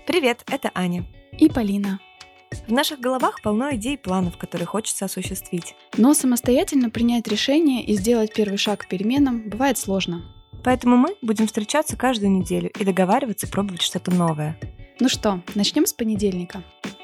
Привет, это Аня. И Полина. В наших головах полно идей и планов, которые хочется осуществить. Но самостоятельно принять решение и сделать первый шаг к переменам бывает сложно. Поэтому мы будем встречаться каждую неделю и договариваться пробовать что-то новое. Ну что, начнем с понедельника.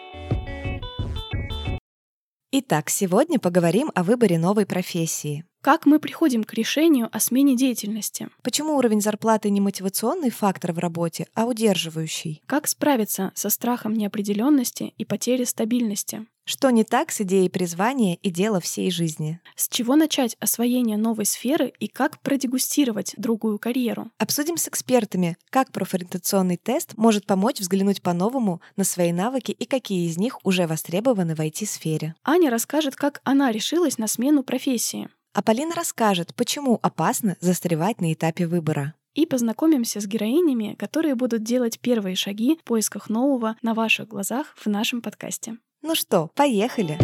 Итак, сегодня поговорим о выборе новой профессии. Как мы приходим к решению о смене деятельности? Почему уровень зарплаты не мотивационный фактор в работе, а удерживающий? Как справиться со страхом неопределенности и потери стабильности? Что не так с идеей призвания и дела всей жизни? С чего начать освоение новой сферы и как продегустировать другую карьеру? Обсудим с экспертами, как профориентационный тест может помочь взглянуть по-новому на свои навыки и какие из них уже востребованы в IT-сфере. Аня расскажет, как она решилась на смену профессии. А Полина расскажет, почему опасно застревать на этапе выбора. И познакомимся с героинями, которые будут делать первые шаги в поисках нового на ваших глазах в нашем подкасте. Ну что, поехали!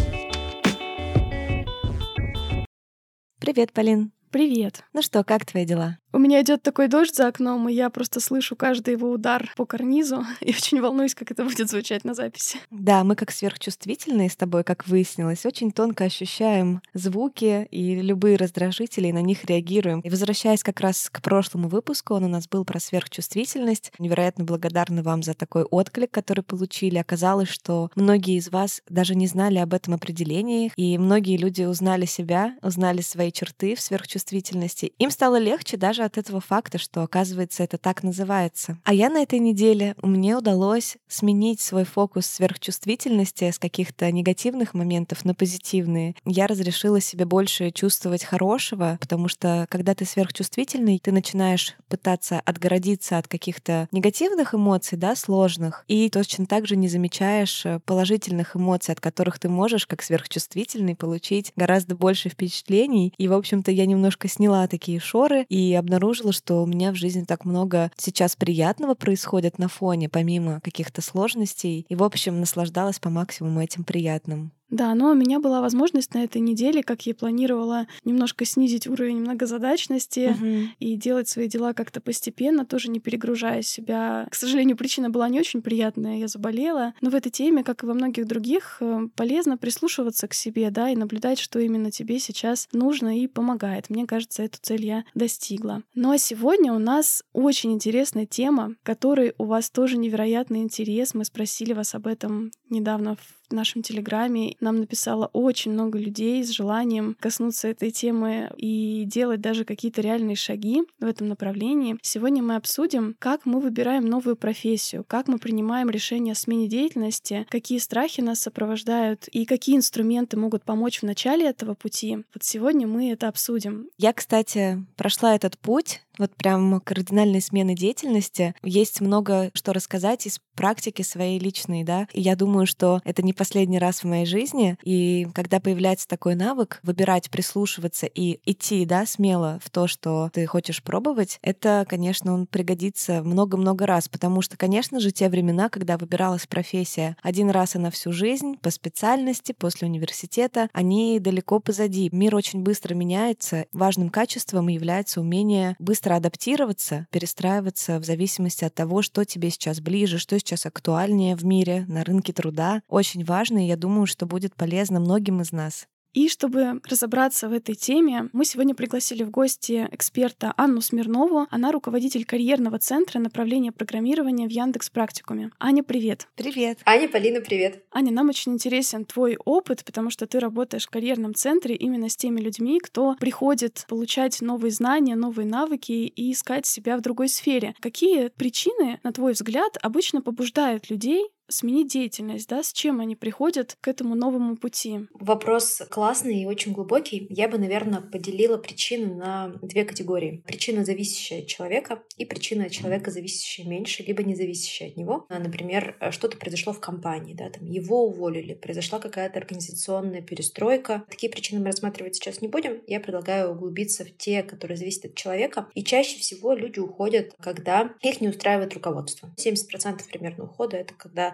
Привет, Полин. Привет! Ну что, как твои дела? У меня идет такой дождь за окном, и я просто слышу каждый его удар по карнизу и очень волнуюсь, как это будет звучать на записи. Да, мы как сверхчувствительные с тобой, как выяснилось, очень тонко ощущаем звуки и любые раздражители, и на них реагируем. И возвращаясь как раз к прошлому выпуску, он у нас был про сверхчувствительность. Невероятно благодарна вам за такой отклик, который получили. Оказалось, что многие из вас даже не знали об этом определении, и многие люди узнали себя, узнали свои черты в сверхчувствительности. Им стало легче даже от этого факта, что, оказывается, это так называется. А я на этой неделе, мне удалось сменить свой фокус сверхчувствительности с каких-то негативных моментов на позитивные. Я разрешила себе больше чувствовать хорошего, потому что, когда ты сверхчувствительный, ты начинаешь пытаться отгородиться от каких-то негативных эмоций, да, сложных, и точно так же не замечаешь положительных эмоций, от которых ты можешь, как сверхчувствительный, получить гораздо больше впечатлений. И, в общем-то, я немножко сняла такие шоры и обнаружила, что у меня в жизни так много сейчас приятного происходит на фоне, помимо каких-то сложностей. И, в общем, наслаждалась по максимуму этим приятным. Да, но у меня была возможность на этой неделе, как я и планировала, немножко снизить уровень многозадачности и делать свои дела как-то постепенно, тоже не перегружая себя. К сожалению, причина была не очень приятная, я заболела. Но в этой теме, как и во многих других, полезно прислушиваться к себе, да, и наблюдать, что именно тебе сейчас нужно и помогает. Мне кажется, эту цель я достигла. Ну а сегодня у нас очень интересная тема, которой у вас тоже невероятный интерес. Мы спросили вас об этом недавно в нашем Телеграме. Нам написало очень много людей с желанием коснуться этой темы и делать даже какие-то реальные шаги в этом направлении. Сегодня мы обсудим, как мы выбираем новую профессию, как мы принимаем решение о смене деятельности, какие страхи нас сопровождают и какие инструменты могут помочь в начале этого пути. Вот сегодня мы это обсудим. Я, кстати, прошла этот путь, вот прям кардинальной смены деятельности. Есть много что рассказать из практики своей личной, да. И я думаю, что это не последний раз в моей жизни. И когда появляется такой навык выбирать, прислушиваться и идти, да, смело в то, что ты хочешь пробовать, это, конечно, он пригодится много-много раз. Потому что, конечно же, те времена, когда выбиралась профессия один раз и на всю жизнь, по специальности, после университета, они далеко позади. Мир очень быстро меняется. Важным качеством является умение быстро адаптироваться, перестраиваться в зависимости от того, что тебе сейчас ближе, что сейчас актуальнее в мире, на рынке труда. Очень важно, и я думаю, что будет полезно многим из нас. И чтобы разобраться в этой теме, мы сегодня пригласили в гости эксперта Анну Смирнову. Она руководитель карьерного центра направления программирования в Яндекс.Практикуме. Аня, привет! Привет! Аня, Полина, привет! Аня, нам очень интересен твой опыт, потому что ты работаешь в карьерном центре именно с теми людьми, кто приходит получать новые знания, новые навыки и искать себя в другой сфере. Какие причины, на твой взгляд, обычно побуждают людей сменить деятельность, да, с чем они приходят к этому новому пути? Вопрос классный и очень глубокий. Я бы, наверное, поделила причины на две категории. Причина, зависящая от человека, и причина от человека, зависящая меньше, либо не зависящая от него. Например, что-то произошло в компании, да, там его уволили, произошла какая-то организационная перестройка. Такие причины мы рассматривать сейчас не будем. Я предлагаю углубиться в те, которые зависят от человека. И чаще всего люди уходят, когда их не устраивает руководство. 70% примерно ухода — это когда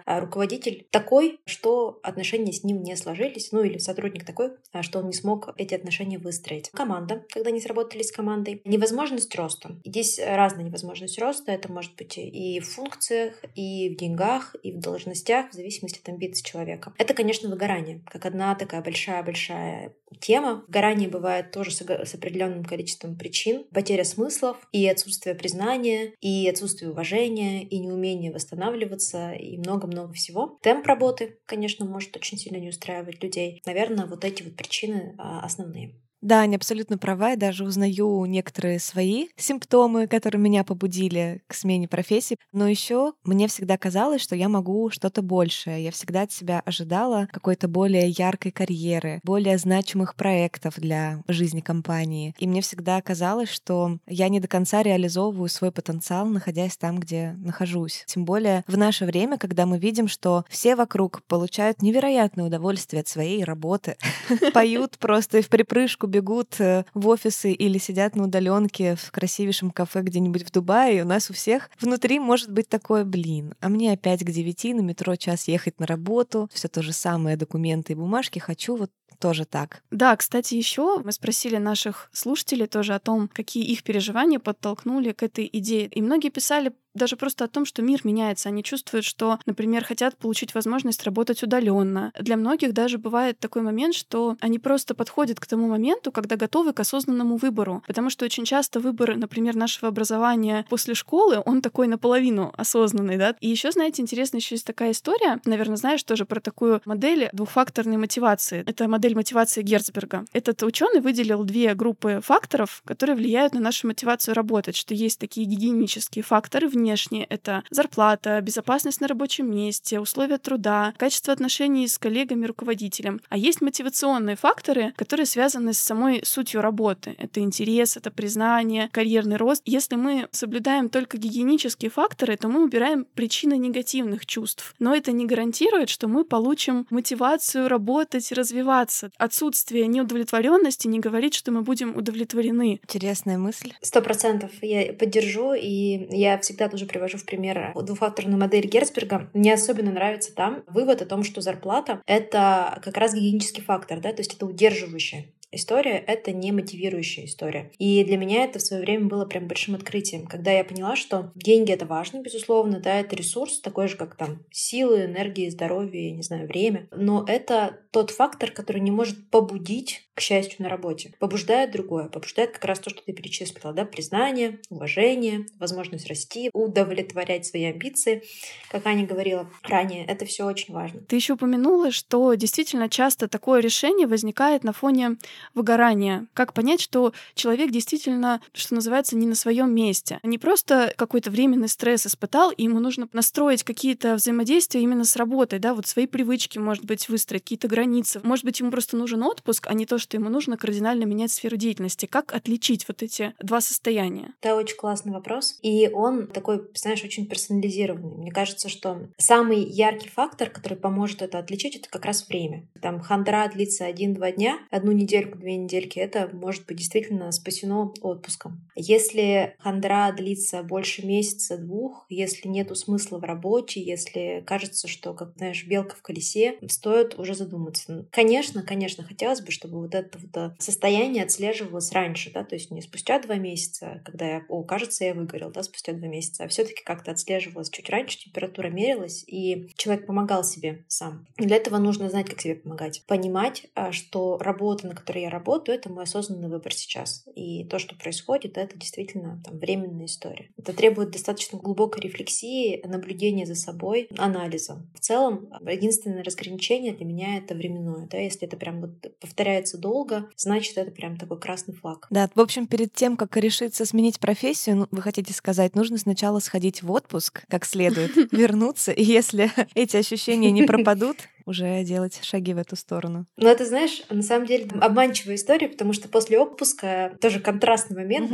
руководитель такой, что отношения с ним не сложились, ну или сотрудник такой, что он не смог эти отношения выстроить. Команда, когда не сработали с командой. Невозможность роста. И здесь разная невозможность роста. Это может быть и в функциях, и в деньгах, и в должностях, в зависимости от амбиций человека. Это, конечно, выгорание, как одна такая большая-большая тема. Выгорание бывает тоже с определенным количеством причин. Потеря смыслов, и отсутствие признания, и отсутствие уважения, и неумение восстанавливаться, и много-много всего. Темп работы, конечно, может очень сильно не устраивать людей. Наверное, вот эти вот причины основные. Да, Аня абсолютно права. Я даже узнаю некоторые свои симптомы, которые меня побудили к смене профессии. Но еще мне всегда казалось, что я могу что-то большее. Я всегда от себя ожидала какой-то более яркой карьеры, более значимых проектов для жизни компании. И мне всегда казалось, что я не до конца реализовываю свой потенциал, находясь там, где нахожусь. Тем более в наше время, когда мы видим, что все вокруг получают невероятное удовольствие от своей работы, поют просто и вприпрыжку бегут в офисы или сидят на удаленке в красивейшем кафе где-нибудь в Дубае, и у нас у всех внутри может быть такое: блин, а мне опять к 9 на метро час ехать на работу, все то же самое, документы и бумажки, хочу вот тоже так. Да, кстати, еще мы спросили наших слушателей тоже о том, какие их переживания подтолкнули к этой идее. И многие писали даже просто о том, что мир меняется. Они чувствуют, что, например, хотят получить возможность работать удаленно. Для многих даже бывает такой момент, что они просто подходят к тому моменту, когда готовы к осознанному выбору. Потому что очень часто выбор, например, нашего образования после школы, он такой наполовину осознанный, да. И еще, знаете, интересная еще есть такая история. Наверное, знаешь тоже про такую модель двухфакторной мотивации. Это модель мотивации Герцберга. Этот ученый выделил 2 группы факторов, которые влияют на нашу мотивацию работать. Что есть такие гигиенические факторы внешние, это зарплата, безопасность на рабочем месте, условия труда, качество отношений с коллегами, руководителем. А есть мотивационные факторы, которые связаны с самой сутью работы. Это интерес, это признание, карьерный рост. Если мы соблюдаем только гигиенические факторы, то мы убираем причины негативных чувств. Но это не гарантирует, что мы получим мотивацию работать, развиваться. Отсутствие неудовлетворенности не говорит, что мы будем удовлетворены. Интересная мысль. 100% я поддержу, и я всегда тоже привожу в пример двухфакторную модель Герцберга. Мне особенно нравится там вывод о том, что зарплата — это как раз гигиенический фактор, да, то есть это удерживающая история, это не мотивирующая история. И для меня это в свое время было прям большим открытием, когда я поняла, что деньги — это важно, безусловно, да, это ресурс, такой же, как там силы, энергии, здоровье, не знаю, время, но это тот фактор, который не может побудить к счастью на работе. Побуждает другое, побуждает как раз то, что ты перечислила, да, признание, уважение, возможность расти, удовлетворять свои амбиции, как Аня говорила ранее, это все очень важно. Ты еще упомянула, что действительно часто такое решение возникает на фоне выгорания. Как понять, что человек действительно, что называется, не на своем месте? Не просто какой-то временный стресс испытал, и ему нужно настроить какие-то взаимодействия именно с работой, да, вот свои привычки, может быть, выстроить, какие-то границы. Может быть, ему просто нужен отпуск, а не то, что ему нужно кардинально менять сферу деятельности. Как отличить вот эти 2 состояния? Это очень классный вопрос. И он такой, знаешь, очень персонализированный. Мне кажется, что самый яркий фактор, который поможет это отличить, это как раз время. Там хандра длится 1-2 дня, 1 недельку, 2 недельки, это может быть действительно спасено отпуском. Если хандра длится больше месяца, 2, если нету смысла в работе, если кажется, что, как знаешь, белка в колесе, стоит уже задуматься. Конечно, хотелось бы, чтобы вот это вот состояние отслеживалось раньше, да, то есть не спустя 2 месяца, когда я, кажется, я выгорел, да, спустя 2 месяца, а все-таки как-то отслеживалось чуть раньше, температура мерилась, и человек помогал себе сам. И для этого нужно знать, как себе помогать. Понимать, что работа, на которой я работаю, это мой осознанный выбор сейчас. И то, что происходит, это действительно там временная история. Это требует достаточно глубокой рефлексии, наблюдения за собой, анализа. В целом, единственное разграничение для меня — это временное, да, если это прям вот повторяется долго, значит, это прям такой красный флаг. Да, в общем, перед тем, как решиться сменить профессию, вы хотите сказать, нужно сначала сходить в отпуск, как следует, вернуться, и если эти ощущения не пропадут, уже делать шаги в эту сторону. Но это, знаешь, на самом деле обманчивая история, потому что после отпуска тоже контрастный момент, да,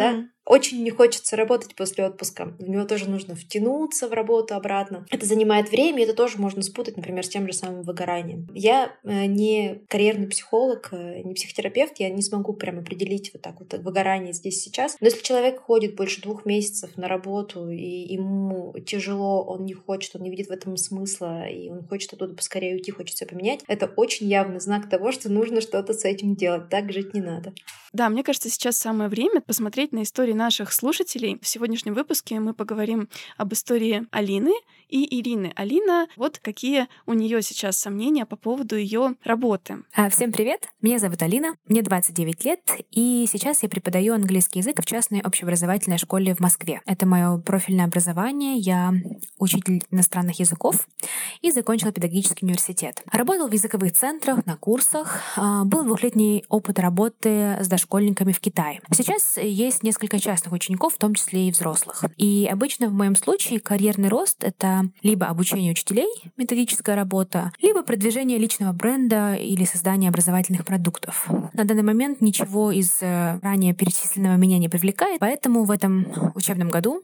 очень не хочется работать после отпуска. В него тоже нужно втянуться в работу обратно. Это занимает время, и это тоже можно спутать, например, с тем же самым выгоранием. Я не карьерный психолог, не психотерапевт, я не смогу прям определить вот так вот выгорание здесь сейчас. Но если человек ходит больше 2 месяцев на работу, и ему тяжело, он не хочет, он не видит в этом смысла, и он хочет оттуда поскорее уйти, хочет все поменять, это очень явный знак того, что нужно что-то с этим делать. Так жить не надо. Да, мне кажется, сейчас самое время посмотреть на истории наших слушателей. В сегодняшнем выпуске мы поговорим об истории Алины и Ирины. Алина, вот какие у нее сейчас сомнения по поводу ее работы. Всем привет! Меня зовут Алина, мне 29 лет, и сейчас я преподаю английский язык в частной общеобразовательной школе в Москве. Это мое профильное образование, я учитель иностранных языков и закончила педагогический университет. Работал в языковых центрах, на курсах, был 2-летний опыт работы с дошкольниками в Китае. Сейчас есть несколько частных учеников, в том числе и взрослых. И обычно в моем случае карьерный рост — это либо обучение учителей, методическая работа, либо продвижение личного бренда или создание образовательных продуктов. На данный момент ничего из ранее перечисленного меня не привлекает, поэтому в этом учебном году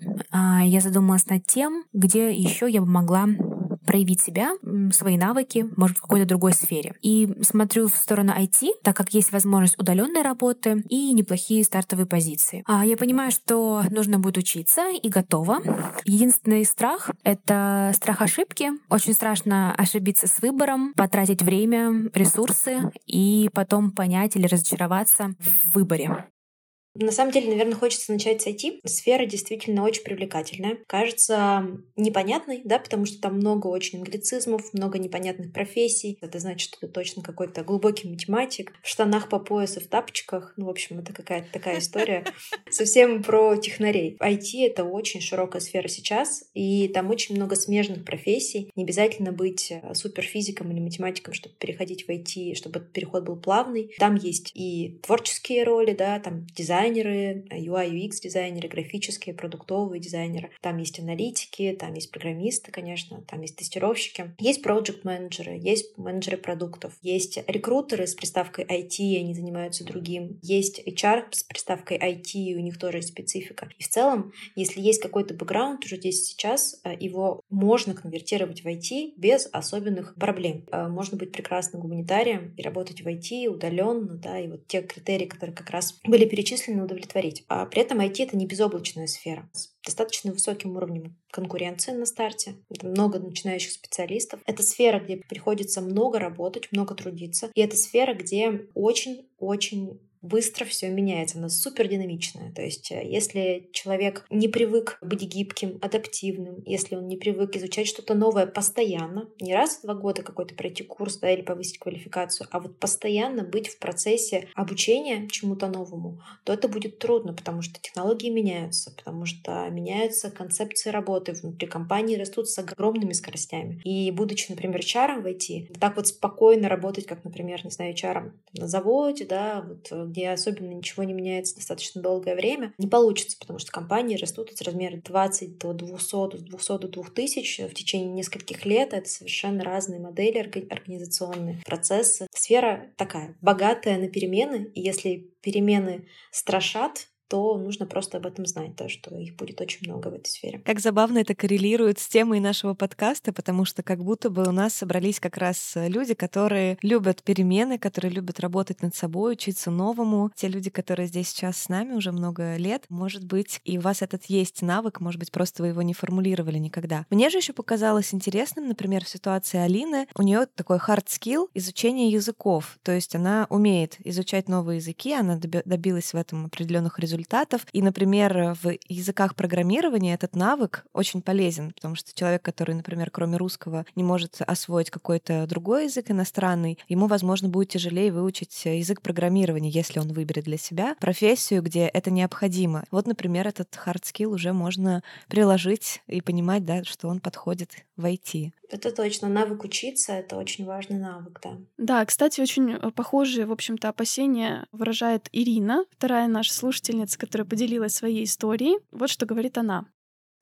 я задумалась над тем, где еще я бы могла проявить себя, свои навыки, может, в какой-то другой сфере. И смотрю в сторону IT, так как есть возможность удаленной работы и неплохие стартовые позиции. Я понимаю, что нужно будет учиться, и готова. Единственный страх — это страх ошибки. Очень страшно ошибиться с выбором, потратить время, ресурсы и потом понять или разочароваться в выборе. На самом деле, наверное, хочется начать с IT. Сфера действительно очень привлекательная. Кажется непонятной, да, потому что там много очень англицизмов, много непонятных профессий. Это значит, что ты точно какой-то глубокий математик. В штанах по пояс и в тапочках. Ну, в общем, это какая-то такая история. Совсем про технарей. IT — это очень широкая сфера сейчас, и там очень много смежных профессий. Не обязательно быть суперфизиком или математиком, чтобы переходить в IT, чтобы этот переход был плавный. Там есть и творческие роли, да, там дизайнеры, UI, UX дизайнеры, графические, продуктовые дизайнеры. Там есть аналитики, там есть программисты, конечно, там есть тестировщики. Есть проект-менеджеры, есть менеджеры продуктов, есть рекрутеры с приставкой IT, они занимаются другим. Есть HR с приставкой IT, и у них тоже есть специфика. И в целом, если есть какой-то бэкграунд уже здесь сейчас, его можно конвертировать в IT без особенных проблем. Можно быть прекрасным гуманитарием и работать в IT удаленно, да, и вот те критерии, которые как раз были перечислены, удовлетворить. А при этом IT — это не безоблачная сфера с достаточно высоким уровнем конкуренции на старте. Это много начинающих специалистов. Это сфера, где приходится много работать, много трудиться. И это сфера, где очень-очень быстро все меняется, она супер динамичная. То есть если человек не привык быть гибким, адаптивным, если он не привык изучать что-то новое постоянно, не раз в 2 года какой-то пройти курс, да, или повысить квалификацию, а вот постоянно быть в процессе обучения чему-то новому, то это будет трудно, потому что технологии меняются, потому что меняются концепции работы внутри компании, растут с огромными скоростями. И будучи, например, HR в IT, так вот спокойно работать, как, например, не знаю, HR на заводе, да, вот где особенно ничего не меняется достаточно долгое время, не получится, потому что компании растут от размера 20 до 200, с 200 до 2000 в течение нескольких лет. Это совершенно разные модели организационные, процессы. Сфера такая, богатая на перемены, и если перемены страшат, то нужно просто об этом знать, то, что их будет очень много в этой сфере. Как забавно это коррелирует с темой нашего подкаста, потому что как будто бы у нас собрались как раз люди, которые любят перемены, которые любят работать над собой, учиться новому. Те люди, которые здесь сейчас с нами уже много лет, может быть, и у вас этот есть навык, может быть, просто вы его не формулировали никогда. Мне же еще показалось интересным, например, в ситуации Алины, у нее такой hard skill — изучение языков, то есть она умеет изучать новые языки, она добилась в этом определенных результатов. И, например, в языках программирования этот навык очень полезен, потому что человек, который, например, кроме русского не может освоить какой-то другой язык иностранный, ему, возможно, будет тяжелее выучить язык программирования, если он выберет для себя профессию, где это необходимо. Вот, например, этот hard skill уже можно приложить и понимать, да, что он подходит в IT. Это точно. Навык учиться — это очень важный навык, да. Да, кстати, очень похожие, в общем-то, опасения выражает Ирина, вторая наша слушательница, которая поделилась своей историей. Вот что говорит она.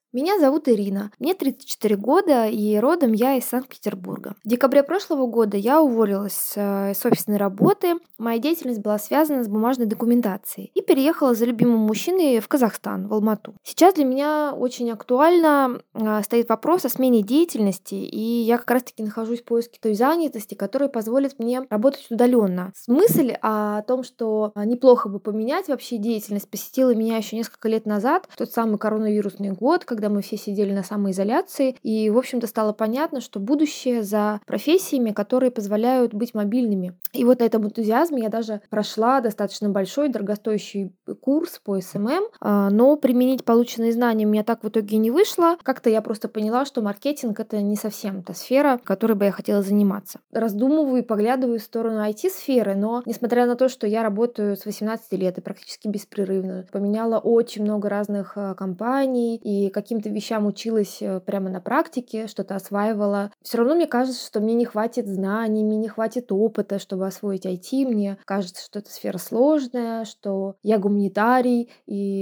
Меня зовут Ирина, мне 34 года, и родом я из Санкт-Петербурга. В декабре прошлого года я уволилась с офисной работы, моя деятельность была связана с бумажной документацией, и переехала за любимым мужчиной в Казахстан, в Алмату. Сейчас для меня очень актуально стоит вопрос о смене деятельности, и я как раз-таки нахожусь в поиске той занятости, которая позволит мне работать удаленно. Мысль о том, что неплохо бы поменять вообще деятельность, посетила меня еще несколько лет назад, в тот самый коронавирусный год, когда мы все сидели на самоизоляции, и, в общем-то, стало понятно, что будущее за профессиями, которые позволяют быть мобильными. И вот на этом энтузиазме я даже прошла достаточно большой, дорогостоящий курс по СММ, но применить полученные знания у меня так в итоге не вышло. Как-то я просто поняла, что маркетинг — это не совсем та сфера, которой бы я хотела заниматься. Раздумываю и поглядываю в сторону IT-сферы, но, несмотря на то, что я работаю с 18 лет и практически беспрерывно, поменяла очень много разных компаний и каким-то вещам училась прямо на практике, что-то осваивала. Все равно мне кажется, что мне не хватит знаний, мне не хватит опыта, чтобы освоить IT. Мне кажется, что эта сфера сложная, что я гуманитарий, и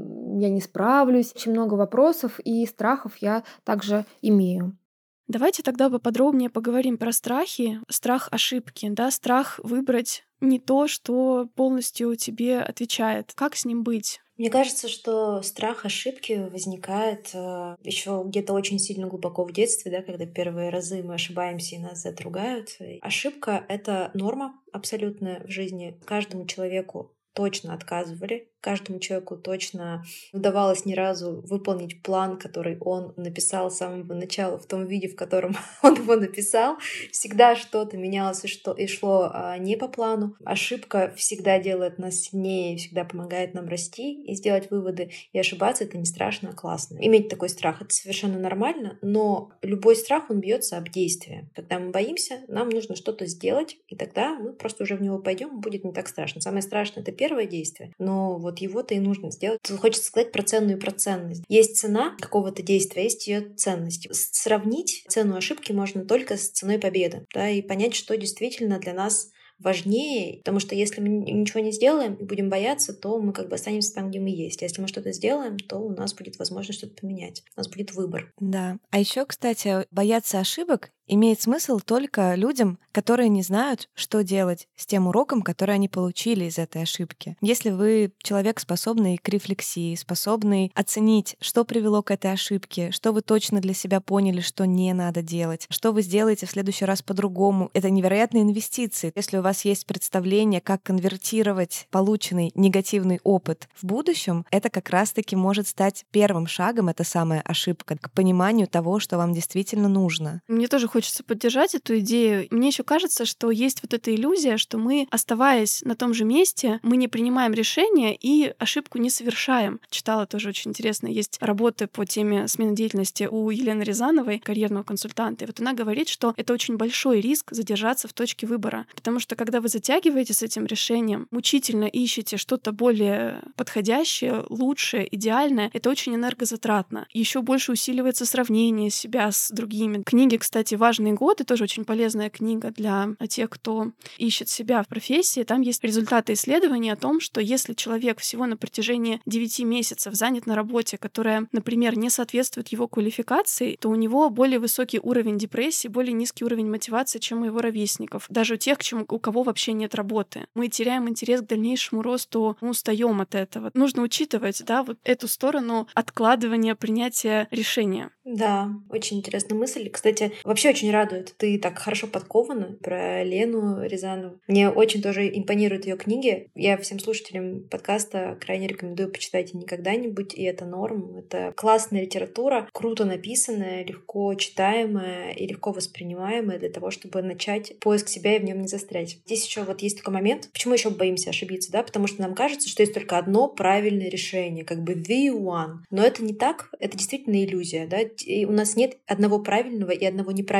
я не справлюсь. Очень много вопросов и страхов я также имею. Давайте тогда поподробнее поговорим про страхи. Страх ошибки, да, страх выбрать не то, что полностью тебе отвечает. Как с ним быть? Мне кажется, что страх ошибки возникает еще где-то очень сильно глубоко в детстве, да, когда первые разы мы ошибаемся и нас за это ругают. Ошибка — это норма абсолютная в жизни. Каждому человеку точно отказывали, каждому человеку точно не удавалось ни разу выполнить план, который он написал с самого начала в том виде, в котором он его написал. Всегда что-то менялось и шло не по плану. Ошибка всегда делает нас сильнее, всегда помогает нам расти и сделать выводы. И ошибаться — это не страшно, а классно. Иметь такой страх — это совершенно нормально, но любой страх, он бьется об действие. Когда мы боимся, нам нужно что-то сделать, и тогда мы просто уже в него пойдем, будет не так страшно. Самое страшное — это первое действие, но вот его-то и нужно сделать. Тут хочется сказать про цену и про ценность. Есть цена какого-то действия, есть ее ценность. Сравнить цену ошибки можно только с ценой победы, да, и понять, что действительно для нас важнее, потому что если мы ничего не сделаем и будем бояться, то мы как бы останемся там, где мы есть. Если мы что-то сделаем, то у нас будет возможность что-то поменять. У нас будет выбор. Да. А еще, кстати, бояться ошибок имеет смысл только людям, которые не знают, что делать с тем уроком, который они получили из этой ошибки. Если вы человек, способный к рефлексии, способный оценить, что привело к этой ошибке, что вы точно для себя поняли, что не надо делать, что вы сделаете в следующий раз по-другому, это невероятные инвестиции. Если у вас есть представление, как конвертировать полученный негативный опыт в будущем, это как раз-таки может стать первым шагом, эта самая ошибка, к пониманию того, что вам действительно нужно. Мне тоже хочется поддержать эту идею. Мне еще кажется, что есть вот эта иллюзия, что мы, оставаясь на том же месте, мы не принимаем решения и ошибку не совершаем. Читала тоже очень интересно. Есть работы по теме смены деятельности у Елены Рязановой, карьерного консультанта. И вот она говорит, что это очень большой риск задержаться в точке выбора. Потому что когда вы затягиваете с этим решением, мучительно ищете что-то более подходящее, лучшее, идеальное, это очень энергозатратно. Еще больше усиливается сравнение себя с другими. Книги, кстати, «Важный год» — это тоже очень полезная книга для тех, кто ищет себя в профессии. Там есть результаты исследований о том, что если человек всего на протяжении 9 месяцев занят на работе, которая, например, не соответствует его квалификации, то у него более высокий уровень депрессии, более низкий уровень мотивации, чем у его ровесников. Даже у тех, у кого вообще нет работы. Мы теряем интерес к дальнейшему росту, мы устаем от этого. Нужно учитывать, да, вот эту сторону откладывания принятия решения. Да, очень интересная мысль. Кстати, вообще очень радует. Ты так хорошо подкована про Лену Рязанову. Мне очень тоже импонируют ее книги. Я всем слушателям подкаста крайне рекомендую почитать «И никогда-нибудь», и это норм. Это классная литература, круто написанная, легко читаемая и легко воспринимаемая для того, чтобы начать поиск себя и в нем не застрять. Здесь еще вот есть такой момент. Почему еще боимся ошибиться, да? Потому что нам кажется, что есть только одно правильное решение, как бы the one. Но это не так. Это действительно иллюзия, да? И у нас нет одного правильного и одного неправильного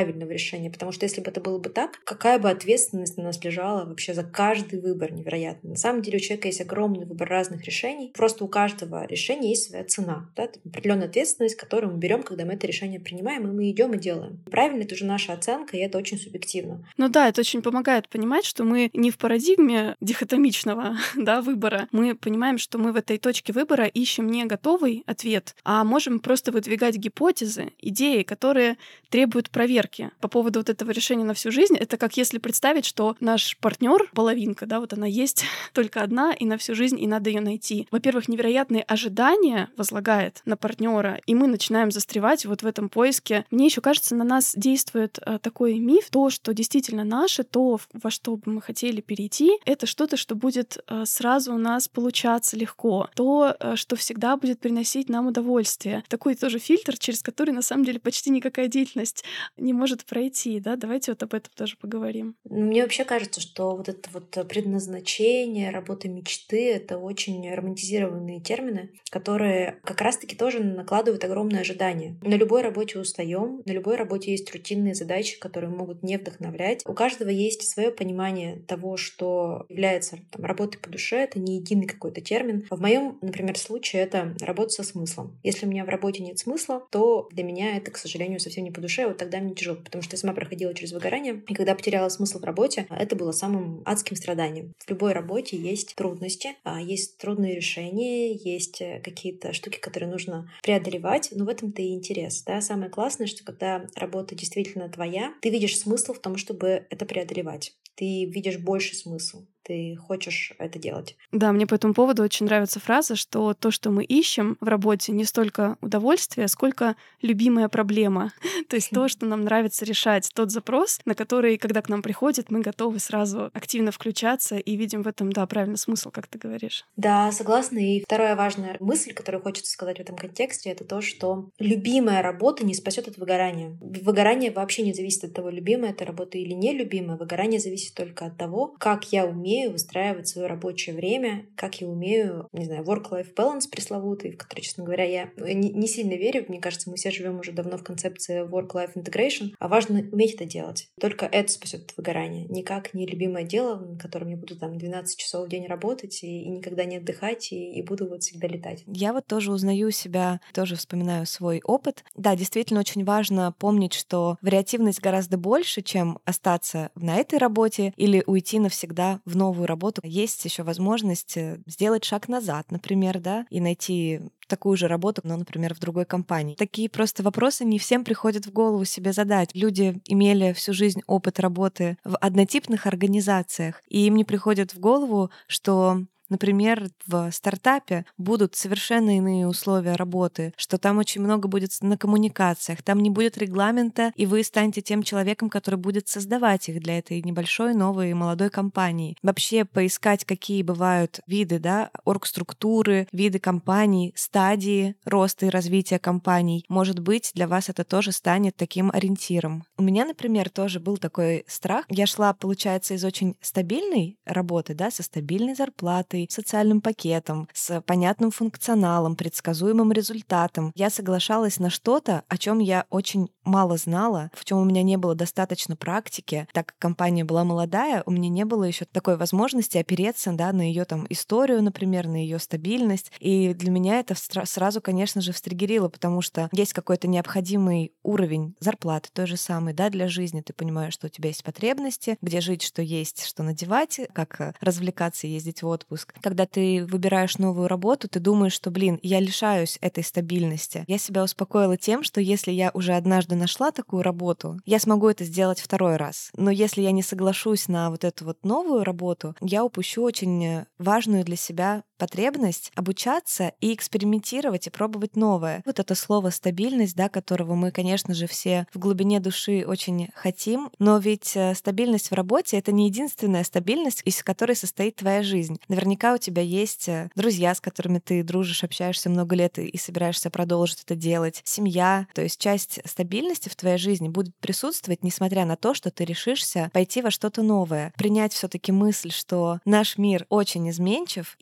правильного решения. Потому что если бы это было бы так, какая бы ответственность на нас лежала вообще за каждый выбор невероятно. На самом деле у человека есть огромный выбор разных решений. Просто у каждого решения есть своя цена. Да? Определенная ответственность, которую мы берем, когда мы это решение принимаем, и мы идем и делаем. Правильно, это уже наша оценка, и это очень субъективно. Ну да, это очень помогает понимать, что мы не в парадигме дихотомичного, да, выбора. Мы понимаем, что мы в этой точке выбора ищем не готовый ответ, а можем просто выдвигать гипотезы, идеи, которые требуют проверки. По поводу вот этого решения на всю жизнь, это как если представить, что наш партнер, половинка, да, вот она есть только одна и на всю жизнь, и надо ее найти. Во-первых, невероятные ожидания возлагает на партнера, и мы начинаем застревать вот в этом поиске. Мне еще кажется, на нас действует такой миф, то, что действительно наше, то, во что бы мы хотели перейти, это что-то, что будет сразу у нас получаться легко, то, что всегда будет приносить нам удовольствие. Такой тоже фильтр, через который на самом деле почти никакая деятельность не может пройти, да? Давайте вот об этом тоже поговорим. Мне вообще кажется, что вот это вот предназначение, работа мечты — это очень романтизированные термины, которые как раз-таки тоже накладывают огромное ожидание. На любой работе устаем, на любой работе есть рутинные задачи, которые могут не вдохновлять. У каждого есть свое понимание того, что является работой по душе. Это не единый какой-то термин. В моем, например, случае это работа со смыслом. Если у меня в работе нет смысла, то для меня это, к сожалению, совсем не по душе. Вот тогда мне тяжело, потому что я сама проходила через выгорание, и когда потеряла смысл в работе, это было самым адским страданием. В любой работе есть трудности, есть трудные решения, есть какие-то штуки, которые нужно преодолевать, но в этом-то и интерес. Да? Самое классное, что когда работа действительно твоя, ты видишь смысл в том, чтобы это преодолевать. Ты видишь больше смысл. Ты хочешь это делать. Да, мне по этому поводу очень нравится фраза, что то, что мы ищем в работе, не столько удовольствие, сколько любимая проблема. То есть то, что нам нравится решать, тот запрос, на который, когда к нам приходит, мы готовы сразу активно включаться и видим в этом, да, правильно, смысл, как ты говоришь. Да, согласна. И вторая важная мысль, которую хочется сказать в этом контексте, это то, что любимая работа не спасет от выгорания. Выгорание вообще не зависит от того, любимая эта работа или нелюбимая. Выгорание зависит только от того, как я умею выстраивать свое рабочее время, как я умею, не знаю, work-life balance пресловутый, в который, честно говоря, я не сильно верю. Мне кажется, мы все живем уже давно в концепции work-life integration, а важно уметь это делать. Только это спасет от выгорания. Никак не любимое дело, на котором я буду 12 часов в день работать и никогда не отдыхать, и буду вот всегда летать. Я вот тоже узнаю себя, тоже вспоминаю свой опыт. Да, действительно очень важно помнить, что вариативность гораздо больше, чем остаться на этой работе или уйти навсегда в новую работу. Есть еще возможность сделать шаг назад, например, да, и найти такую же работу, но, например, в другой компании. Такие просто вопросы не всем приходят в голову себе задать. Люди имели всю жизнь опыт работы в однотипных организациях, и им не приходит в голову, что например, в стартапе будут совершенно иные условия работы, что там очень много будет на коммуникациях, там не будет регламента, и вы станете тем человеком, который будет создавать их для этой небольшой, новой, молодой компании. Вообще поискать, какие бывают виды, да, оргструктуры, виды компаний, стадии роста и развития компаний. Может быть, для вас это тоже станет таким ориентиром. У меня, например, тоже был такой страх. Я шла, получается, из очень стабильной работы, да, со стабильной зарплатой, социальным пакетом, с понятным функционалом, предсказуемым результатом. Я соглашалась на что-то, о чем я очень мало знала, в чем у меня не было достаточно практики. Так как компания была молодая, у меня не было еще такой возможности опереться, да, на ее там историю, например, на ее стабильность. И для меня это сразу, конечно же, встригерило, потому что есть какой-то необходимый уровень зарплаты, той же самой, да, для жизни. Ты понимаешь, что у тебя есть потребности, где жить, что есть, что надевать, как развлекаться, ездить в отпуск. Когда ты выбираешь новую работу, ты думаешь, что, я лишаюсь этой стабильности. Я себя успокоила тем, что если я уже однажды нашла такую работу, я смогу это сделать второй раз. Но если я не соглашусь на вот эту вот новую работу, я упущу очень важную для себя потребность обучаться и экспериментировать, и пробовать новое. Вот это слово «стабильность», да, которого мы, конечно же, все в глубине души очень хотим, но ведь стабильность в работе — это не единственная стабильность, из которой состоит твоя жизнь. Наверняка у тебя есть друзья, с которыми ты дружишь, общаешься много лет и собираешься продолжить это делать, семья, то есть часть стабильности в твоей жизни будет присутствовать, несмотря на то, что ты решишься пойти во что-то новое, принять все-таки мысль, что наш мир очень изменчив, и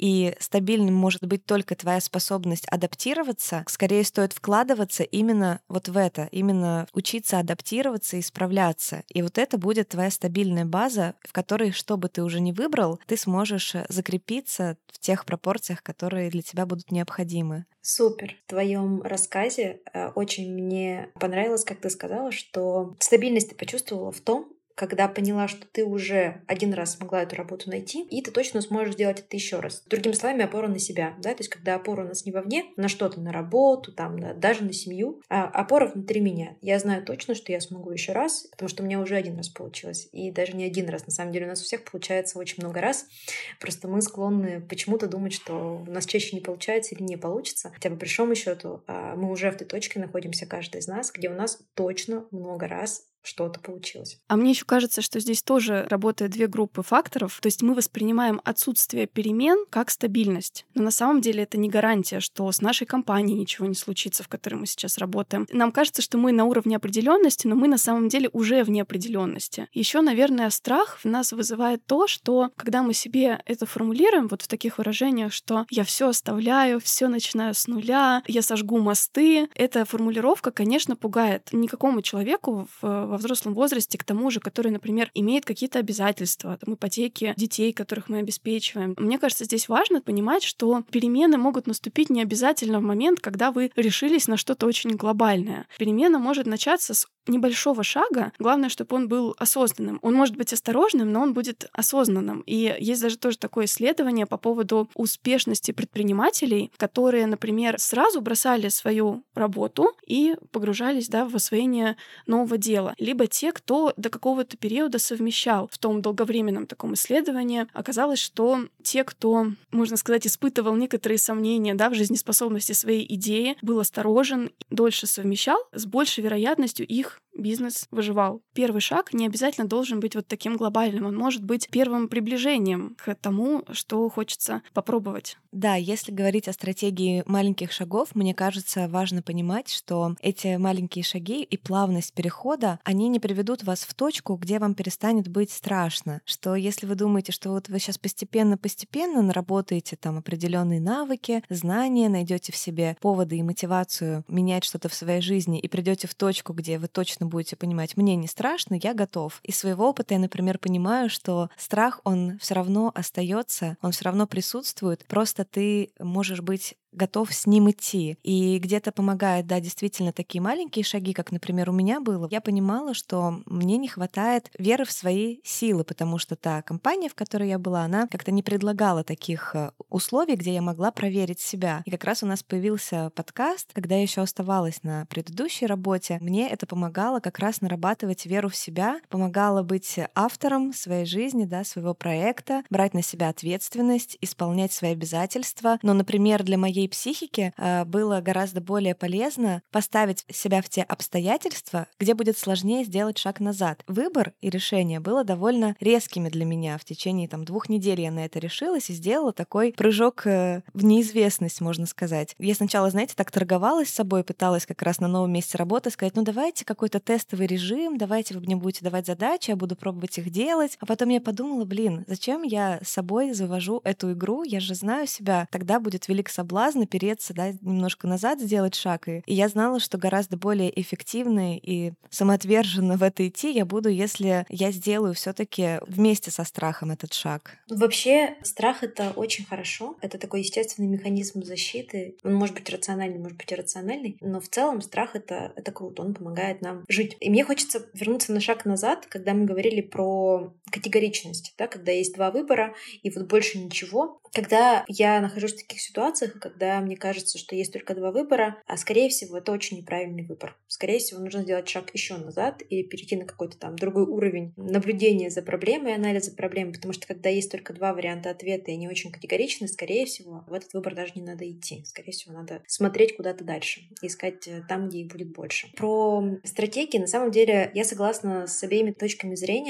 стабильным может быть только твоя способность адаптироваться, скорее стоит вкладываться именно вот в это, именно учиться адаптироваться и справляться. И вот это будет твоя стабильная база, в которой, что бы ты уже ни выбрал, ты сможешь закрепиться в тех пропорциях, которые для тебя будут необходимы. Супер. В твоем рассказе очень мне понравилось, как ты сказала, что стабильность ты почувствовала в том, когда поняла, что ты уже один раз смогла эту работу найти, и ты точно сможешь сделать это еще раз. Другими словами, опора на себя, да, то есть когда опора у нас не вовне, на что-то, на работу, там, да, даже на семью, а опора внутри меня. Я знаю точно, что я смогу еще раз, потому что у меня уже один раз получилось, и даже не один раз. На самом деле у нас у всех получается очень много раз, просто мы склонны почему-то думать, что у нас чаще не получается или не получится. Хотя по большому счету мы уже в той точке находимся, каждый из нас, где у нас точно много раз что-то получилось. А мне еще кажется, что здесь тоже работают две группы факторов. То есть мы воспринимаем отсутствие перемен как стабильность. Но на самом деле это не гарантия, что с нашей компанией ничего не случится, в которой мы сейчас работаем. Нам кажется, что мы на уровне определенности, но мы на самом деле уже в неопределенности. Еще, наверное, страх в нас вызывает то, что когда мы себе это формулируем вот в таких выражениях, что я все оставляю, все начинаю с нуля, я сожгу мосты, эта формулировка, конечно, пугает. Никакому человеку во взрослом возрасте, к тому же, который, например, имеет какие-то обязательства, там, ипотеки детей, которых мы обеспечиваем. Мне кажется, здесь важно понимать, что перемены могут наступить не обязательно в момент, когда вы решились на что-то очень глобальное. Перемена может начаться с небольшого шага, главное, чтобы он был осознанным. Он может быть осторожным, но он будет осознанным. И есть даже тоже такое исследование по поводу успешности предпринимателей, которые, например, сразу бросали свою работу и погружались, да, в освоение нового дела. Либо те, кто до какого-то периода совмещал. В том долговременном таком исследовании оказалось, что те, кто, можно сказать, испытывал некоторые сомнения, да, в жизнеспособности своей идеи, был осторожен, дольше совмещал, с большей вероятностью их бизнес выживал. Первый шаг не обязательно должен быть вот таким глобальным. Он может быть первым приближением к тому, что хочется попробовать. Да, если говорить о стратегии маленьких шагов, мне кажется, важно понимать, что эти маленькие шаги и плавность перехода, они не приведут вас в точку, где вам перестанет быть страшно. Что если вы думаете, что вот вы сейчас постепенно наработаете там определенные навыки, знания, найдете в себе поводы и мотивацию менять что-то в своей жизни и придете в точку, где вы точно будете понимать, мне не страшно, я готов. Из своего опыта я, например, понимаю, что страх, он все равно остается, он все равно присутствует, просто ты можешь быть готов с ним идти. И где-то помогает, да, действительно такие маленькие шаги, как, например, у меня было. Я понимала, что мне не хватает веры в свои силы, потому что та компания, в которой я была, она как-то не предлагала таких условий, где я могла проверить себя. И как раз у нас появился подкаст, когда я еще оставалась на предыдущей работе. Мне это помогало как раз нарабатывать веру в себя, помогало быть автором своей жизни, да, своего проекта, брать на себя ответственность, исполнять свои обязательства. Но, например, для моей психики было гораздо более полезно поставить себя в те обстоятельства, где будет сложнее сделать шаг назад. Выбор и решение было довольно резкими для меня. В течение 2 недель я на это решилась и сделала такой прыжок в неизвестность, можно сказать. Я сначала, знаете, так торговалась с собой, пыталась как раз на новом месте работы сказать, давайте какой-то тестовый режим, давайте вы мне будете давать задачи, я буду пробовать их делать. А потом я подумала, зачем я с собой завожу эту игру? Я же знаю себя. Тогда будет велик соблазн опереться, да, немножко назад сделать шаг. И я знала, что гораздо более эффективно и самоотверженно в это идти я буду, если я сделаю все-таки вместе со страхом этот шаг. Вообще, страх — это очень хорошо. Это такой естественный механизм защиты. Он может быть рациональный, может быть иррациональный, но в целом страх — это круто, он помогает нам жить. И мне хочется вернуться на шаг назад, когда мы говорили про категоричность, да, когда есть 2 выбора, и вот больше ничего. Когда я нахожусь в таких ситуациях, когда мне кажется, что есть только 2 выбора, а скорее всего это очень неправильный выбор. Скорее всего нужно сделать шаг еще назад или перейти на какой-то другой уровень наблюдения за проблемой, анализа проблемы, потому что когда есть только 2 варианта ответа и они очень категоричны, скорее всего в этот выбор даже не надо идти. Скорее всего надо смотреть куда-то дальше, искать там, где их будет больше. Про стратегии, на самом деле, я согласна с обеими точками зрения.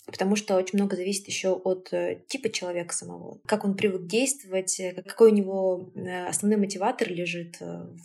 потому что очень много зависит еще от типа человека самого, как он привык действовать, какой у него основной мотиватор лежит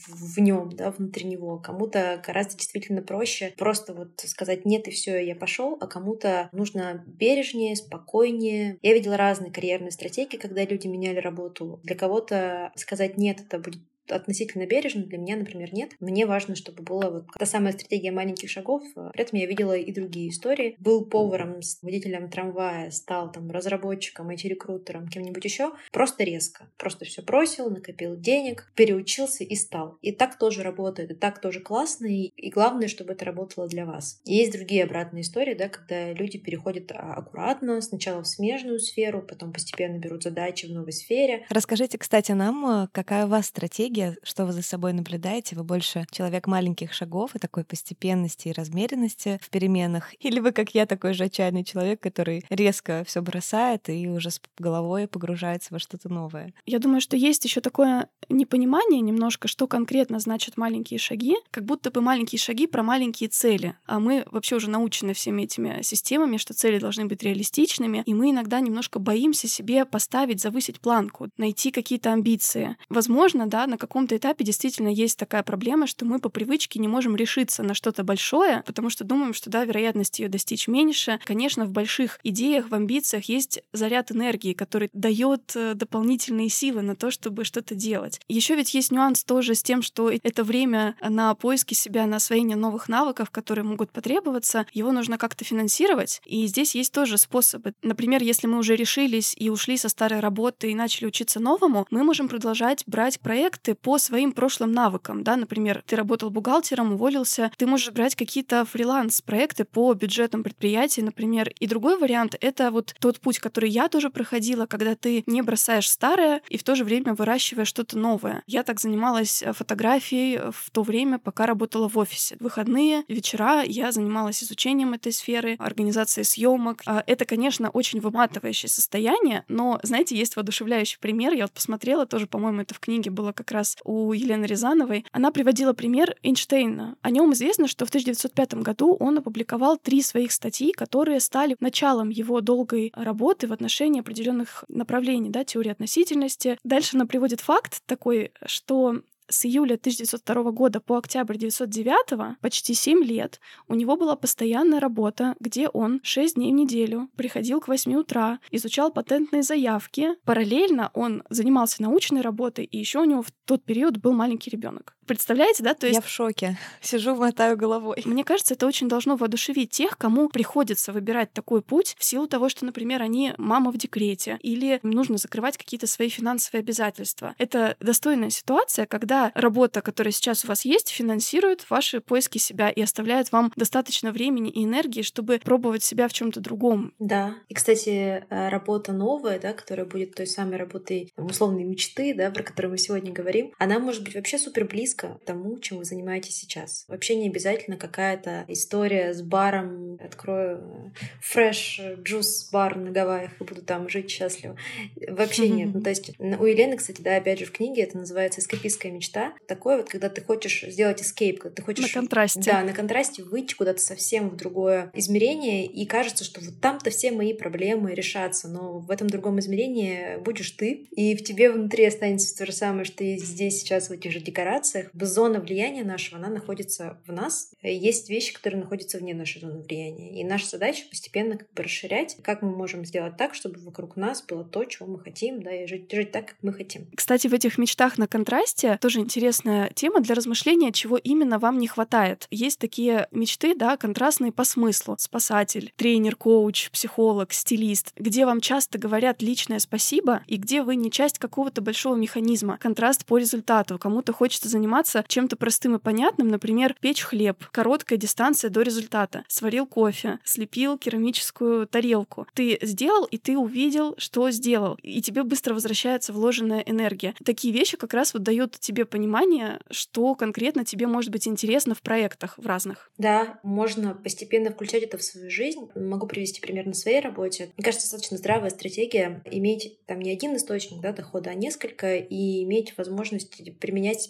в нем, да, внутри него. Кому-то гораздо действительно проще просто вот сказать «нет» и все, я пошел, а кому-то нужно бережнее, спокойнее. Я видела разные карьерные стратегии, когда люди меняли работу. Для кого-то сказать «нет» — это будет относительно бережно, для меня, например, нет. Мне важно, чтобы была вот та самая стратегия маленьких шагов. При этом я видела и другие истории. Был поваром, водителем трамвая, стал там разработчиком, IT-рекрутером, кем-нибудь еще. Просто резко. Просто все бросил, накопил денег, переучился и стал. И так тоже работает, и так тоже классно. И главное, чтобы это работало для вас. И есть другие обратные истории, да, когда люди переходят аккуратно, сначала в смежную сферу, потом постепенно берут задачи в новой сфере. Расскажите, кстати, нам, какая у вас стратегия, что вы за собой наблюдаете? Вы больше человек маленьких шагов и такой постепенности и размеренности в переменах? Или вы, как я, такой же отчаянный человек, который резко все бросает и уже с головой погружается во что-то новое? Я думаю, что есть еще такое непонимание немножко, что конкретно значат маленькие шаги, как будто бы маленькие шаги про маленькие цели. А мы вообще уже научены всеми этими системами, что цели должны быть реалистичными, и мы иногда немножко боимся себе поставить, завысить планку, найти какие-то амбиции. Возможно, да, на каком-то этапе действительно есть такая проблема, что мы по привычке не можем решиться на что-то большое, потому что думаем, что, да, вероятность ее достичь меньше. Конечно, в больших идеях, в амбициях есть заряд энергии, который дает дополнительные силы на то, чтобы что-то делать. Еще ведь есть нюанс тоже с тем, что это время на поиски себя, на освоение новых навыков, которые могут потребоваться, его нужно как-то финансировать. И здесь есть тоже способы. Например, если мы уже решились и ушли со старой работы и начали учиться новому, мы можем продолжать брать проекты по своим прошлым навыкам, да, например, ты работал бухгалтером, уволился, ты можешь брать какие-то фриланс-проекты по бюджетам предприятий, например. И другой вариант — это вот тот путь, который я тоже проходила, когда ты не бросаешь старое и в то же время выращиваешь что-то новое. Я так занималась фотографией в то время, пока работала в офисе. В выходные, вечера я занималась изучением этой сферы, организацией съемок. Это, конечно, очень выматывающее состояние, но, знаете, есть воодушевляющий пример. Я вот посмотрела тоже, по-моему, это в книге было как раз у Елены Рязановой. Она приводила пример Эйнштейна. О нем известно, что в 1905 году он опубликовал 3 своих статьи, которые стали началом его долгой работы в отношении определенных направлений, да, теории относительности. Дальше она приводит факт такой, что с июля 1902 года по октябрь 1909, почти 7 лет, у него была постоянная работа, где он 6 дней в неделю приходил к 8 утра, изучал патентные заявки. Параллельно он занимался научной работой, и еще у него в тот период был маленький ребенок. Представляете, да? То есть я в шоке. Сижу, мотаю головой. Мне кажется, это очень должно воодушевить тех, кому приходится выбирать такой путь в силу того, что, например, они мама в декрете или им нужно закрывать какие-то свои финансовые обязательства. Это достойная ситуация, когда работа, которая сейчас у вас есть, финансирует ваши поиски себя и оставляет вам достаточно времени и энергии, чтобы пробовать себя в чем-то другом. Да. И, кстати, работа новая, да, которая будет той самой работой условной мечты, да, про которую мы сегодня говорим, она может быть вообще супер близко к тому, чем вы занимаетесь сейчас. Вообще не обязательно какая-то история с баром. Открою fresh juice бар на Гавайях и буду там жить счастливо. Вообще нет. Ну, то есть у Елены, кстати, да, опять же в книге это называется эскапистская мечта. Такое вот, когда ты хочешь сделать эскейп, когда ты хочешь... На контрасте. Да, на контрасте выйти куда-то совсем в другое измерение, и кажется, что вот там-то все мои проблемы решатся, но в этом другом измерении будешь ты, и в тебе внутри останется то же самое, что и здесь сейчас в этих же декорациях. Зона влияния нашего, она находится в нас. Есть вещи, которые находятся вне нашей зоны влияния. И наша задача постепенно как бы расширять, как мы можем сделать так, чтобы вокруг нас было то, чего мы хотим, да, и жить так, как мы хотим. Кстати, в этих мечтах на контрасте тоже интересная тема для размышления, чего именно вам не хватает. Есть такие мечты, да, контрастные по смыслу. Спасатель, тренер, коуч, психолог, стилист, где вам часто говорят личное спасибо, и где вы не часть какого-то большого механизма. Контраст по результату. Кому-то хочется заниматься чем-то простым и понятным, например, печь хлеб, короткая дистанция до результата, сварил кофе, слепил керамическую тарелку. Ты сделал, и ты увидел, что сделал, и тебе быстро возвращается вложенная энергия. Такие вещи как раз вот дают тебе понимание, что конкретно тебе может быть интересно в проектах в разных. Да, можно постепенно включать это в свою жизнь. Могу привести пример на своей работе. Мне кажется, достаточно здравая стратегия иметь там не один источник, да, дохода, а несколько, и иметь возможность применять себя по-разному.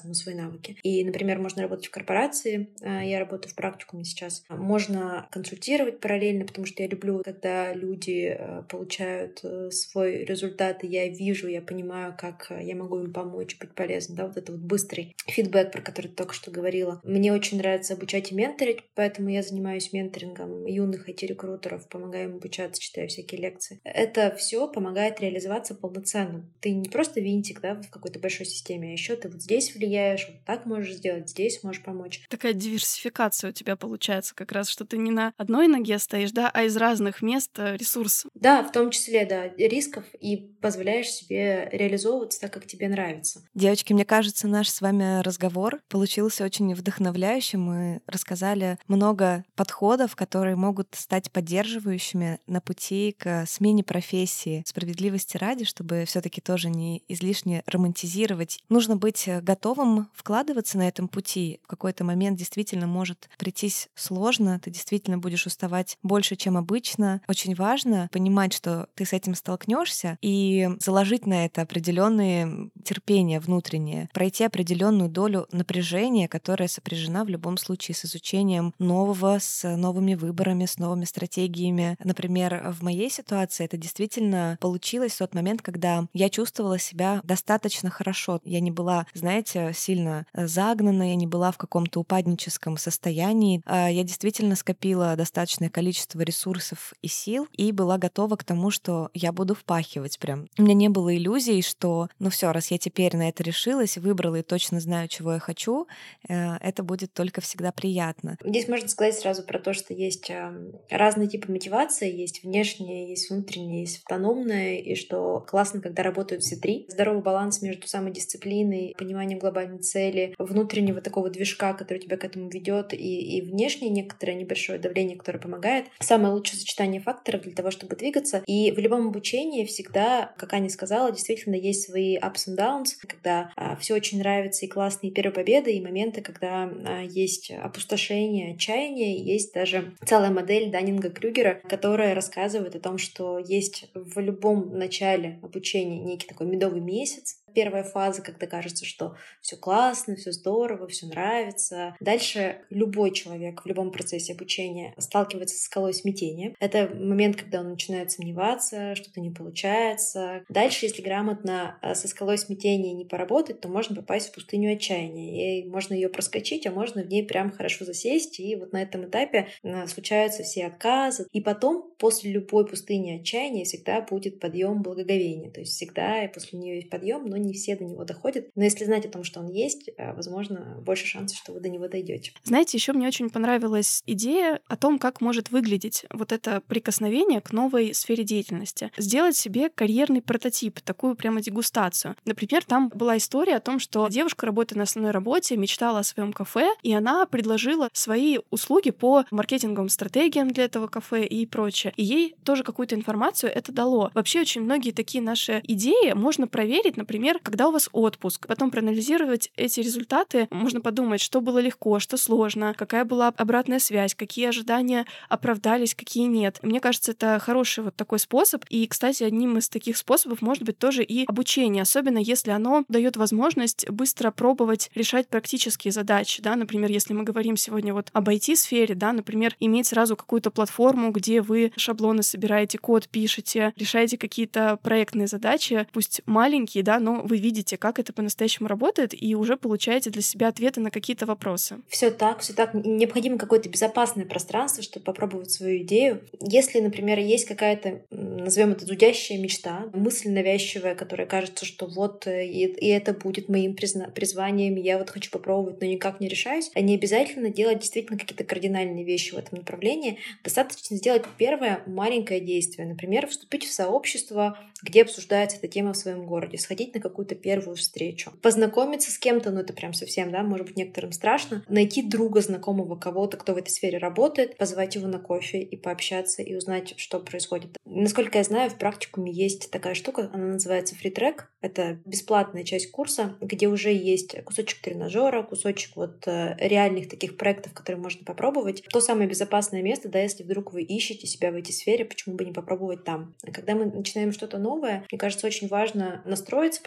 по-разному свои навыки. И, например, можно работать в корпорации, я работаю в практикуме сейчас. Можно консультировать параллельно, потому что я люблю, когда люди получают свой результат, и я вижу, я понимаю, как я могу им помочь, быть полезным. Да, вот это вот быстрый фидбэк, про который ты только что говорила. Мне очень нравится обучать и менторить, поэтому я занимаюсь менторингом юных IT-рекрутеров, помогаю им обучаться, читаю всякие лекции. Это все помогает реализоваться полноценно. Ты не просто винтик, да, в какой-то большой системе, а еще ты вот здесь влияешь, вот так можешь сделать, здесь можешь помочь. Такая диверсификация у тебя получается как раз, что ты не на одной ноге стоишь, да, а из разных мест ресурс. Да, в том числе, да, рисков, и позволяешь себе реализовываться так, как тебе нравится. Девочки, мне кажется, наш с вами разговор получился очень вдохновляющим. Мы рассказали много подходов, которые могут стать поддерживающими на пути к смене профессии. Справедливости ради, чтобы все-таки тоже не излишне романтизировать. Нужно быть готовым вкладываться на этом пути. В какой-то момент действительно может прийтись сложно, ты действительно будешь уставать больше, чем обычно. Очень важно понимать, что ты с этим столкнешься, и заложить на это определенные терпения внутреннее, пройти определенную долю напряжения, которая сопряжена в любом случае с изучением нового, с новыми выборами, с новыми стратегиями. Например, в моей ситуации это действительно получилось в тот момент, когда я чувствовала себя достаточно хорошо. Я не была, знаете, сильно загнана, я не была в каком-то упадническом состоянии. Я действительно скопила достаточное количество ресурсов и сил и была готова к тому, что я буду впахивать прям. У меня не было иллюзий, что ну все, раз я теперь на это решилась, выбрала и точно знаю, чего я хочу, это будет только всегда приятно. Здесь можно сказать сразу про то, что есть разные типы мотивации, есть внешняя, есть внутренняя, есть автономная, и что классно, когда работают все три. Здоровый баланс между самодисциплиной, пониманием глобальной цели, внутреннего такого движка, который тебя к этому ведет, и внешнее некоторое небольшое давление, которое помогает. Самое лучшее сочетание факторов для того, чтобы двигаться. И в любом обучении всегда, как Аня сказала, действительно есть свои ups and downs, когда все очень нравится и классные первые победы, и моменты, когда есть опустошение, отчаяние, есть даже целая модель Даннинга-Крюгера, которая рассказывает о том, что есть в любом начале обучения некий такой медовый месяц, первая фаза, когда кажется, что все классно, все здорово, все нравится. Дальше любой человек в любом процессе обучения сталкивается с скалой смятения. Это момент, когда он начинает сомневаться, что-то не получается. Дальше, если грамотно со скалой смятения не поработать, то можно попасть в пустыню отчаяния. И можно ее проскочить, а можно в ней прям хорошо засесть. И вот на этом этапе случаются все отказы. И потом, после любой пустыни отчаяния, всегда будет подъем благоговения. То есть всегда после нее есть подъем, но не все до него доходят. Но если знать о том, что он есть, возможно, больше шансов, что вы до него дойдете. Знаете, еще мне очень понравилась идея о том, как может выглядеть вот это прикосновение к новой сфере деятельности. Сделать себе карьерный прототип, такую прямо дегустацию. Например, там была история о том, что девушка, работая на основной работе, мечтала о своем кафе, и она предложила свои услуги по маркетинговым стратегиям для этого кафе и прочее. И ей тоже какую-то информацию это дало. Вообще очень многие такие наши идеи можно проверить, например, когда у вас отпуск, потом проанализировать эти результаты, можно подумать, что было легко, что сложно, какая была обратная связь, какие ожидания оправдались, какие нет. Мне кажется, это хороший вот такой способ. И, кстати, одним из таких способов может быть тоже и обучение, особенно если оно дает возможность быстро пробовать решать практические задачи, да, например, если мы говорим сегодня вот об IT-сфере, да, например, иметь сразу какую-то платформу, где вы шаблоны собираете, код пишете, решаете какие-то проектные задачи, пусть маленькие, да, но вы видите, как это по-настоящему работает, и уже получаете для себя ответы на какие-то вопросы. Все так. Необходимо какое-то безопасное пространство, чтобы попробовать свою идею. Если, например, есть какая-то, назовем это, зудящая мечта, мысль навязчивая, которая кажется, что вот и это будет моим призванием, я вот хочу попробовать, но никак не решаюсь, не обязательно делать действительно какие-то кардинальные вещи в этом направлении. Достаточно сделать первое маленькое действие. Например, вступить в сообщество, где обсуждается эта тема в своем городе, сходить на какую-то первую встречу, познакомиться с кем-то, ну это прям совсем, да, может быть, некоторым страшно, найти друга, знакомого, кого-то, кто в этой сфере работает, позвать его на кофе и пообщаться, и узнать, что происходит. Насколько я знаю, в практикуме есть такая штука, она называется Free Track. Это бесплатная часть курса, где уже есть кусочек тренажера, кусочек вот реальных таких проектов, которые можно попробовать. То самое безопасное место, да, если вдруг вы ищете себя в этой сфере, почему бы не попробовать там. Когда мы начинаем что-то новое, мне кажется, очень важно настроиться про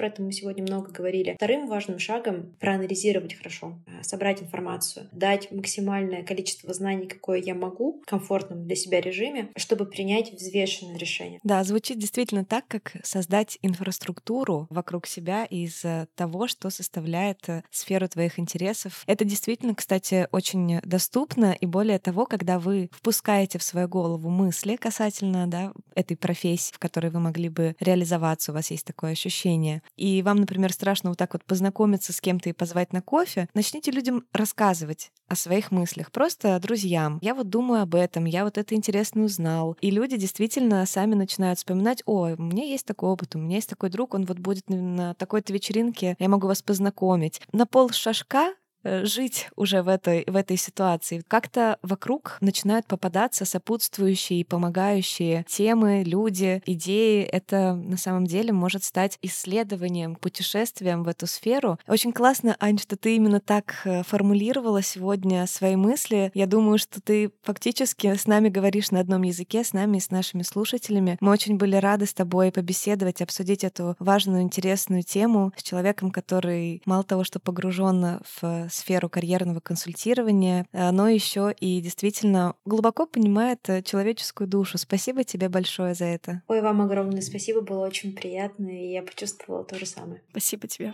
этом мы сегодня много говорили. Вторым важным шагом — проанализировать хорошо, собрать информацию, дать максимальное количество знаний, какое я могу, в комфортном для себя режиме, чтобы принять взвешенное решение. Да, звучит действительно так, как создать инфраструктуру вокруг себя из того, что составляет сферу твоих интересов. Это действительно, кстати, очень доступно, и более того, когда вы впускаете в свою голову мысли касательно, да, этой профессии, в которой вы могли бы реализоваться, у вас есть такое ощущение, и вам, например, страшно вот так вот познакомиться с кем-то и позвать на кофе, начните людям рассказывать о своих мыслях, просто друзьям. Я вот думаю об этом, я вот это интересно узнал. И люди действительно сами начинают вспоминать: о, у меня есть такой опыт, у меня есть такой друг, он вот будет на такой-то вечеринке, я могу вас познакомить. На полшажка жить уже в этой ситуации. Как-то вокруг начинают попадаться сопутствующие и помогающие темы, люди, идеи. Это на самом деле может стать исследованием, путешествием в эту сферу. Очень классно, Ань, что ты именно так формулировала сегодня свои мысли. Я думаю, что ты фактически с нами говоришь на одном языке, с нами и с нашими слушателями. Мы очень были рады с тобой побеседовать, обсудить эту важную, интересную тему с человеком, который мало того, что погружен в сферу карьерного консультирования, но еще и действительно глубоко понимает человеческую душу. Спасибо тебе большое за это. Ой, вам огромное спасибо, было очень приятно, и я почувствовала то же самое. Спасибо тебе.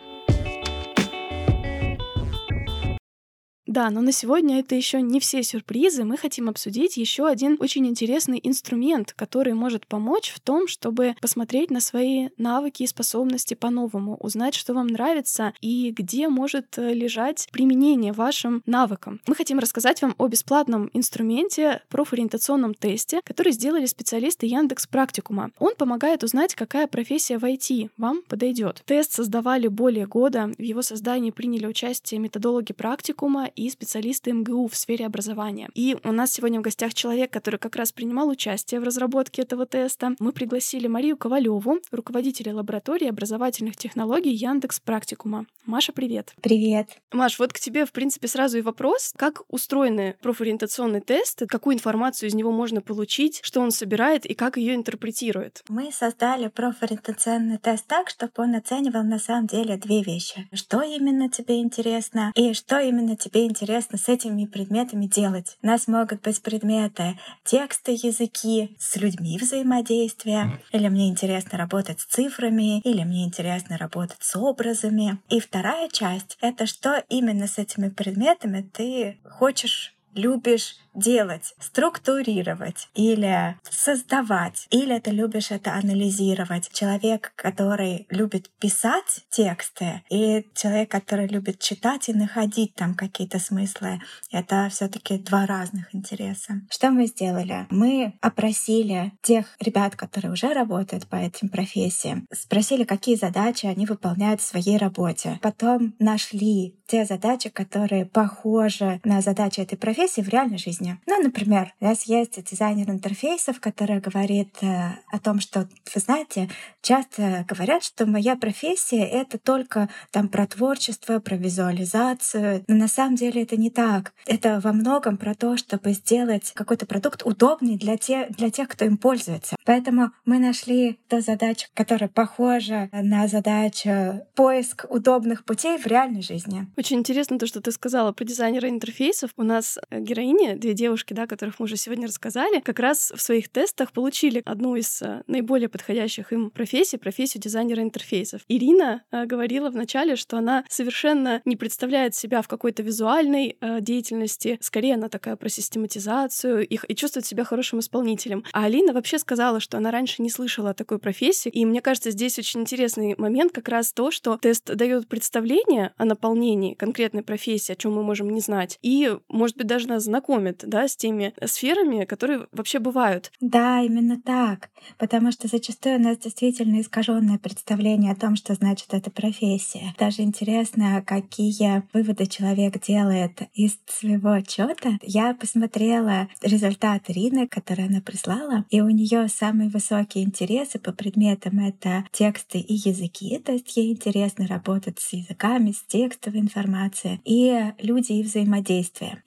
Да, но на сегодня это еще не все сюрпризы. Мы хотим обсудить еще один очень интересный инструмент, который может помочь в том, чтобы посмотреть на свои навыки и способности по-новому, узнать, что вам нравится и где может лежать применение вашим навыкам. Мы хотим рассказать вам о бесплатном инструменте, профориентационном тесте, который сделали специалисты Яндекс.Практикума. Он помогает узнать, какая профессия в IT вам подойдет. Тест создавали более года. В его создании приняли участие методологи практикума и специалисты МГУ в сфере образования. И у нас сегодня в гостях человек, который как раз принимал участие в разработке этого теста. Мы пригласили Марию Ковалеву, руководителя лаборатории образовательных технологий Яндекс.Практикума. Маша, привет. Привет. Маш, вот к тебе, в принципе, сразу и вопрос. Как устроены профориентационные тесты? Какую информацию из него можно получить? Что он собирает и как ее интерпретирует? Мы создали профориентационный тест так, чтобы он оценивал на самом деле две вещи. Что именно тебе интересно и что именно тебе интересно с этими предметами делать. У нас могут быть предметы тексты, языки, с людьми взаимодействия, или мне интересно работать с цифрами, или мне интересно работать с образами. И вторая часть — это что именно с этими предметами ты хочешь, любишь делать, структурировать или создавать, или ты любишь это анализировать. Человек, который любит писать тексты, и человек, который любит читать и находить там какие-то смыслы, это все-таки два разных интереса. Что мы сделали? Мы опросили тех ребят, которые уже работают по этим профессиям, спросили, какие задачи они выполняют в своей работе. Потом нашли те задачи, которые похожи на задачи этой профессии в реальной жизни. Ну, например, у нас есть дизайнер интерфейсов, который говорит о том, что, вы знаете, часто говорят, что моя профессия — это только там про творчество, про визуализацию. Но на самом деле это не так. Это во многом про то, чтобы сделать какой-то продукт удобный для тех, кто им пользуется. Поэтому мы нашли ту задачу, которая похожа на задачу поиск удобных путей в реальной жизни. Очень интересно то, что ты сказала про дизайнера интерфейсов. У нас героини, две девушки, да, которых мы уже сегодня рассказали, как раз в своих тестах получили одну из наиболее подходящих им профессий, профессию дизайнера интерфейсов. Ирина говорила вначале, что она совершенно не представляет себя в какой-то визуальной деятельности. Скорее, она такая про систематизацию и чувствует себя хорошим исполнителем. А Алина вообще сказала, что она раньше не слышала о такой профессии. И мне кажется, здесь очень интересный момент как раз то, что тест дает представление о наполнении конкретной профессии, о чем мы можем не знать, и, может быть, даже нас знакомит, да, с теми сферами, которые вообще бывают. Да, именно так. Потому что зачастую у нас действительно искаженное представление о том, что значит эта профессия. Даже интересно, какие выводы человек делает из своего отчета. Я посмотрела результат Ирины, который она прислала, и у нее самые высокие интересы по предметам — это тексты и языки, то есть ей интересно работать с языками, с текстовой информацией, и люди и взаимодействие. И что ей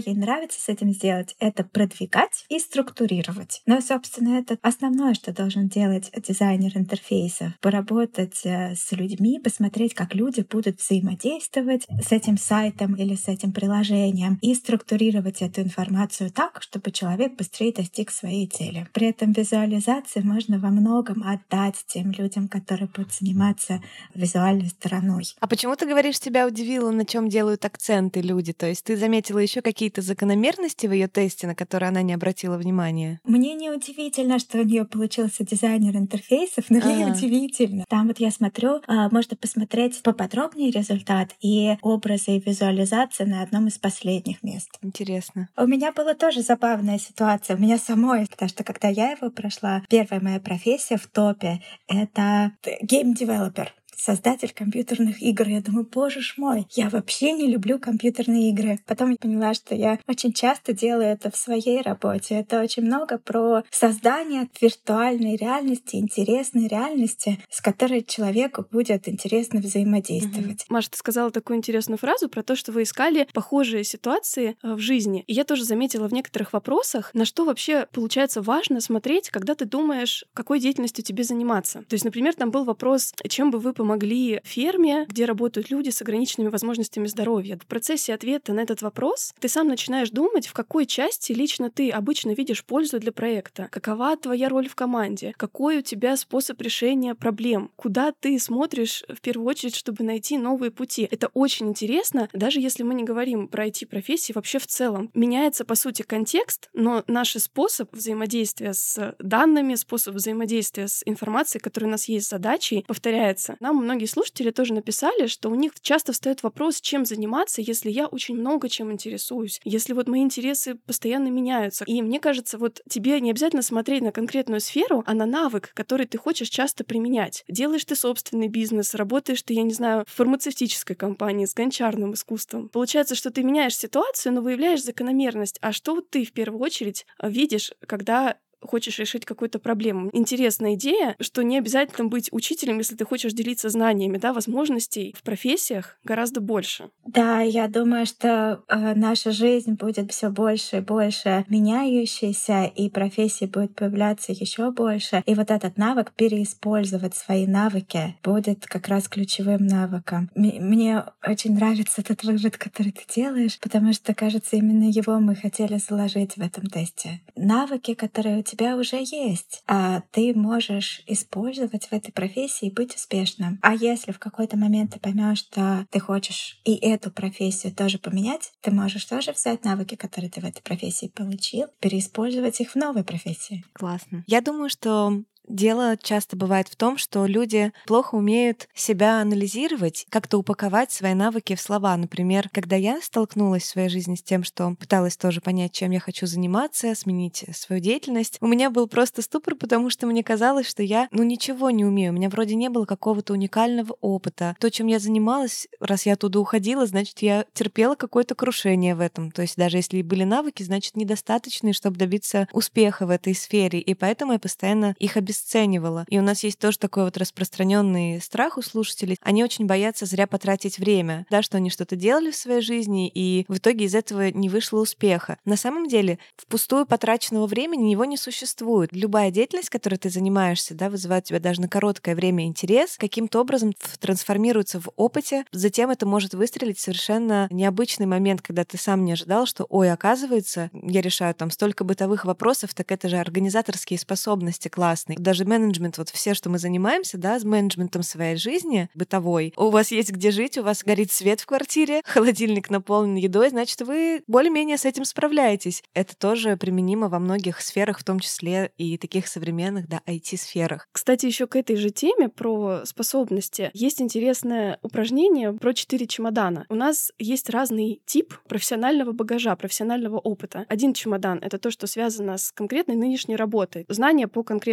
очень нравится с этим сделать, это продвигать и структурировать. Но, собственно, это основное, что должен делать дизайнер интерфейсов. Поработать с людьми, посмотреть, как люди будут взаимодействовать с этим сайтом или с этим приложением и структурировать эту информацию так, чтобы человек быстрее достиг своей цели. При этом визуализации можно во многом отдать тем людям, которые будут заниматься визуальной стороной. А почему ты говоришь, тебя удивило, на чем делают акценты люди? То есть ты заметила еще какие-то закономерности в ее тесте, на которые она не обратила внимания? Мне не удивительно, что у нее получился дизайнер интерфейсов, но ей удивительно. Там вот я смотрю, можно посмотреть поподробнее результат и образы и визуализации на одном из последних мест. Интересно. У меня была тоже забавная ситуация, у меня самой, потому что когда я его прошла, первая моя профессия в топе — это гейм-девелопер. Создатель компьютерных игр. Я думаю, боже ж мой, я вообще не люблю компьютерные игры. Потом я поняла, что я очень часто делаю это в своей работе. Это очень много про создание виртуальной реальности, интересной реальности, с которой человеку будет интересно взаимодействовать. Маша, ты сказала такую интересную фразу про то, что вы искали похожие ситуации в жизни. И я тоже заметила в некоторых вопросах, на что вообще получается важно смотреть, когда ты думаешь, какой деятельностью тебе заниматься. То есть, например, там был вопрос, чем бы вы помогли ферме, где работают люди с ограниченными возможностями здоровья. В процессе ответа на этот вопрос ты сам начинаешь думать, в какой части лично ты обычно видишь пользу для проекта, какова твоя роль в команде, какой у тебя способ решения проблем, куда ты смотришь в первую очередь, чтобы найти новые пути. Это очень интересно, даже если мы не говорим про IT-профессии, вообще в целом. Меняется, по сути, контекст, но наш способ взаимодействия с данными, способ взаимодействия с информацией, которая у нас есть, с задачей, повторяется. Нам многие слушатели тоже написали, что у них часто встает вопрос, чем заниматься, если я очень много чем интересуюсь, если вот мои интересы постоянно меняются. И мне кажется, вот тебе не обязательно смотреть на конкретную сферу, а на навык, который ты хочешь часто применять. Делаешь ты собственный бизнес, работаешь ты, я не знаю, в фармацевтической компании с гончарным искусством. Получается, что ты меняешь ситуацию, но выявляешь закономерность. А что вот ты в первую очередь видишь, когда хочешь решить какую-то проблему. Интересная идея, что не обязательно быть учителем, если ты хочешь делиться знаниями, да, возможностей в профессиях гораздо больше. Да, я думаю, что наша жизнь будет все больше и больше меняющейся, и профессий будет появляться еще больше. И вот этот навык переиспользовать свои навыки будет как раз ключевым навыком. Мне очень нравится этот вывод, который ты делаешь, потому что, кажется, именно его мы хотели заложить в этом тесте. Навыки, которые у тебя уже есть, а ты можешь использовать в этой профессии и быть успешным. А если в какой-то момент ты поймешь, что ты хочешь и эту профессию тоже поменять, ты можешь тоже взять навыки, которые ты в этой профессии получил, переиспользовать их в новой профессии. Классно. Я думаю, что дело часто бывает в том, что люди плохо умеют себя анализировать, как-то упаковать свои навыки в слова. Например, когда я столкнулась в своей жизни с тем, что пыталась тоже понять, чем я хочу заниматься, сменить свою деятельность, у меня был просто ступор, потому что мне казалось, что я, ничего не умею. У меня вроде не было какого-то уникального опыта. То, чем я занималась, раз я оттуда уходила, значит, я терпела какое-то крушение в этом. То есть даже если и были навыки, значит, недостаточные, чтобы добиться успеха в этой сфере. И поэтому я постоянно их обесценивала. И у нас есть тоже такой вот распространенный страх у слушателей. Они очень боятся зря потратить время, да, что они что-то делали в своей жизни, и в итоге из этого не вышло успеха. На самом деле, впустую потраченного времени его не существует. Любая деятельность, которой ты занимаешься, да, вызывает у тебя даже на короткое время интерес, каким-то образом трансформируется в опыте. Затем это может выстрелить в совершенно необычный момент, когда ты сам не ожидал, что, оказывается, я решаю там столько бытовых вопросов, так это же организаторские способности классные. Даже менеджмент, вот все, что мы занимаемся, да, с менеджментом своей жизни бытовой. У вас есть где жить, у вас горит свет в квартире, холодильник наполнен едой, значит, вы более-менее с этим справляетесь. Это тоже применимо во многих сферах, в том числе и таких современных, да, IT-сферах. Кстати, еще к этой же теме про способности есть интересное упражнение про 4 чемодана. У нас есть разный тип профессионального багажа, профессионального опыта. Один чемодан — это то, что связано с конкретной нынешней работой. Знания по конкретной должности,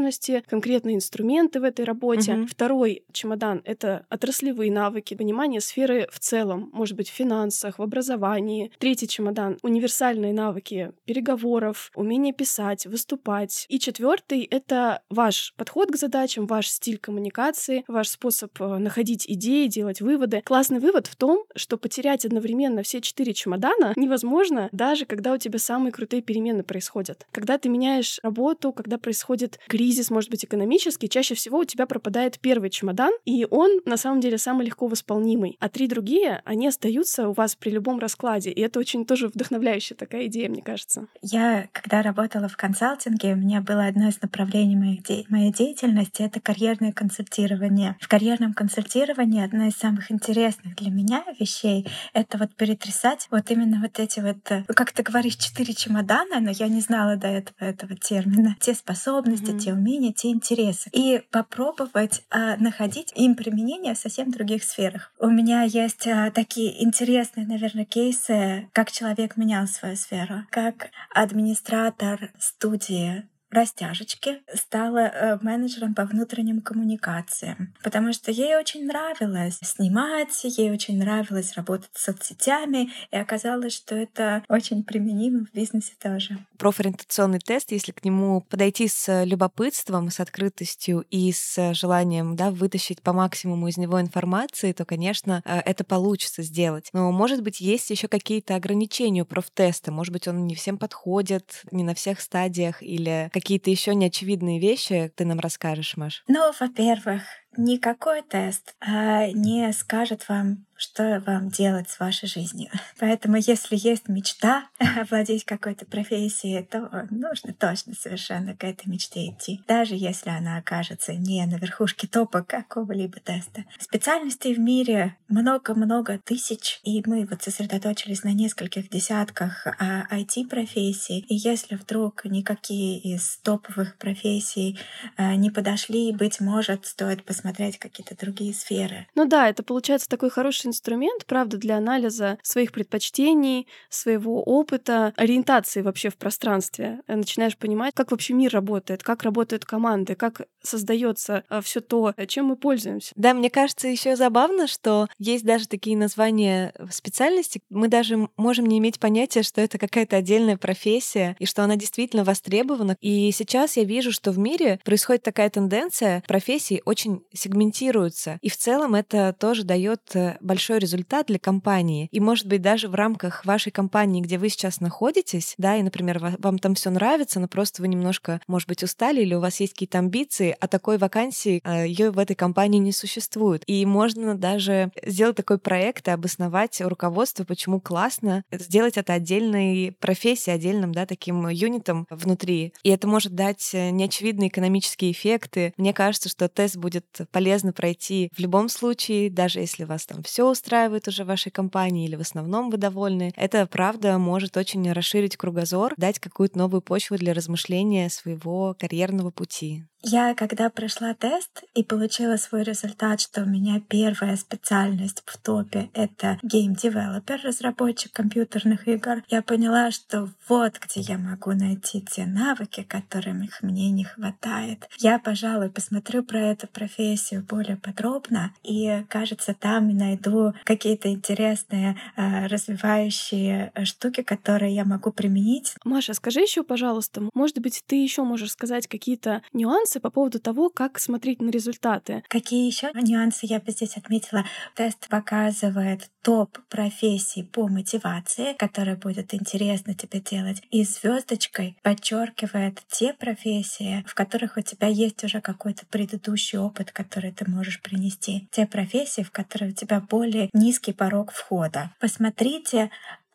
сложности, конкретные инструменты в этой работе. Второй чемодан — это отраслевые навыки, понимание сферы в целом, может быть, в финансах, в образовании. Третий чемодан — универсальные навыки переговоров, умение писать, выступать. И четвертый — это ваш подход к задачам, ваш стиль коммуникации, ваш способ находить идеи, делать выводы. Классный вывод в том, что потерять одновременно все 4 чемодана невозможно, даже когда у тебя самые крутые перемены происходят. Когда ты меняешь работу, когда происходит кризис, может быть, экономический, чаще всего у тебя пропадает первый чемодан, и он на самом деле самый легко восполнимый. А 3 другие, они остаются у вас при любом раскладе. И это очень тоже вдохновляющая такая идея, мне кажется. Я, когда работала в консалтинге, у меня было одно из направлений моей деятельности — это карьерное консультирование. В карьерном консультировании одна из самых интересных для меня вещей — это вот перетрясать вот именно вот эти вот, как ты говоришь, 4 чемодана, но я не знала до этого термина. Те способности, те умения, те интересы. И попробовать находить им применение в совсем других сферах. У меня есть такие интересные, наверное, кейсы, как человек менял свою сферу, как администратор студии растяжечки стала менеджером по внутренним коммуникациям, потому что ей очень нравилось снимать, ей очень нравилось работать с соцсетями, и оказалось, что это очень применимо в бизнесе тоже. Профориентационный тест, если к нему подойти с любопытством, с открытостью и с желанием, да, вытащить по максимуму из него информации, то, конечно, это получится сделать. Но, может быть, есть еще какие-то ограничения у профтеста, может быть, он не всем подходит, не на всех стадиях, или какие-то еще неочевидные вещи ты нам расскажешь, Маш? Ну, во-первых, никакой тест не скажет вам, что вам делать с вашей жизнью. Поэтому, если есть мечта овладеть какой-то профессией, то нужно точно совершенно к этой мечте идти, даже если она окажется не на верхушке топа какого-либо теста. Специальностей в мире много-много тысяч, и мы вот сосредоточились на нескольких десятках IT-профессий. И если вдруг никакие из топовых профессий не подошли, быть может, стоит посмотреть какие-то другие сферы. Ну да, это получается такой хороший инструмент, правда, для анализа своих предпочтений, своего опыта, ориентации вообще в пространстве. Начинаешь понимать, как вообще мир работает, как работают команды, как создается все то, чем мы пользуемся. Да, мне кажется, еще забавно, что есть даже такие названия специальностей. Мы даже можем не иметь понятия, что это какая-то отдельная профессия и что она действительно востребована. И сейчас я вижу, что в мире происходит такая тенденция, профессии очень сегментируются. И в целом это тоже дает большой результат для компании. И, может быть, даже в рамках вашей компании, где вы сейчас находитесь, да, и, например, вам там все нравится, но просто вы немножко, может быть, устали или у вас есть какие-то амбиции, а такой вакансии ее в этой компании не существует. И можно даже сделать такой проект и обосновать руководство, почему классно сделать это отдельной профессией, отдельным, да, таким юнитом внутри. И это может дать неочевидные экономические эффекты. Мне кажется, что тест будет полезно пройти в любом случае, даже если вас там все устраивает уже в вашей компании или в основном вы довольны. Это, правда, может очень расширить кругозор, дать какую-то новую почву для размышления своего карьерного пути. Я, когда прошла тест и получила свой результат, что у меня первая специальность в топе — это гейм-девелопер, разработчик компьютерных игр, я поняла, что вот где я могу найти те навыки, которых мне не хватает. Я, пожалуй, посмотрю про эту профессию более подробно и, кажется, там найду какие-то интересные развивающие штуки, которые я могу применить. Маша, скажи еще, пожалуйста, может быть, ты еще можешь сказать какие-то нюансы по поводу того, как смотреть на результаты. Какие еще нюансы я бы здесь отметила? Тест показывает топ профессий по мотивации, которые будет интересно тебе делать, и звездочкой подчеркивает те профессии, в которых у тебя есть уже какой-то предыдущий опыт, который ты можешь принести. Те профессии, в которые у тебя более низкий порог входа. Посмотрите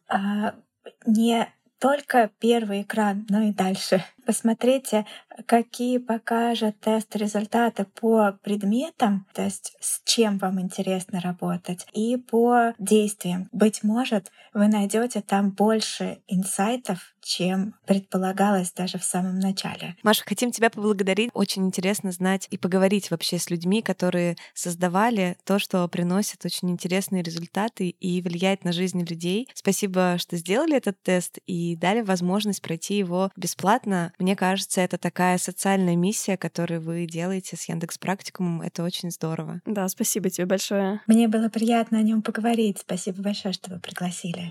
не только первый экран, но и дальше. Посмотрите, какие покажет тест результаты по предметам, то есть с чем вам интересно работать, и по действиям. Быть может, вы найдете там больше инсайтов, чем предполагалось даже в самом начале. Маша, хотим тебя поблагодарить. Очень интересно знать и поговорить вообще с людьми, которые создавали то, что приносит очень интересные результаты и влияет на жизнь людей. Спасибо, что сделали этот тест и дали возможность пройти его бесплатно. Мне кажется, это такая социальная миссия, которую вы делаете с Яндекс.Практикумом. Это очень здорово. Да, спасибо тебе большое. Мне было приятно о нем поговорить. Спасибо большое, что вы пригласили.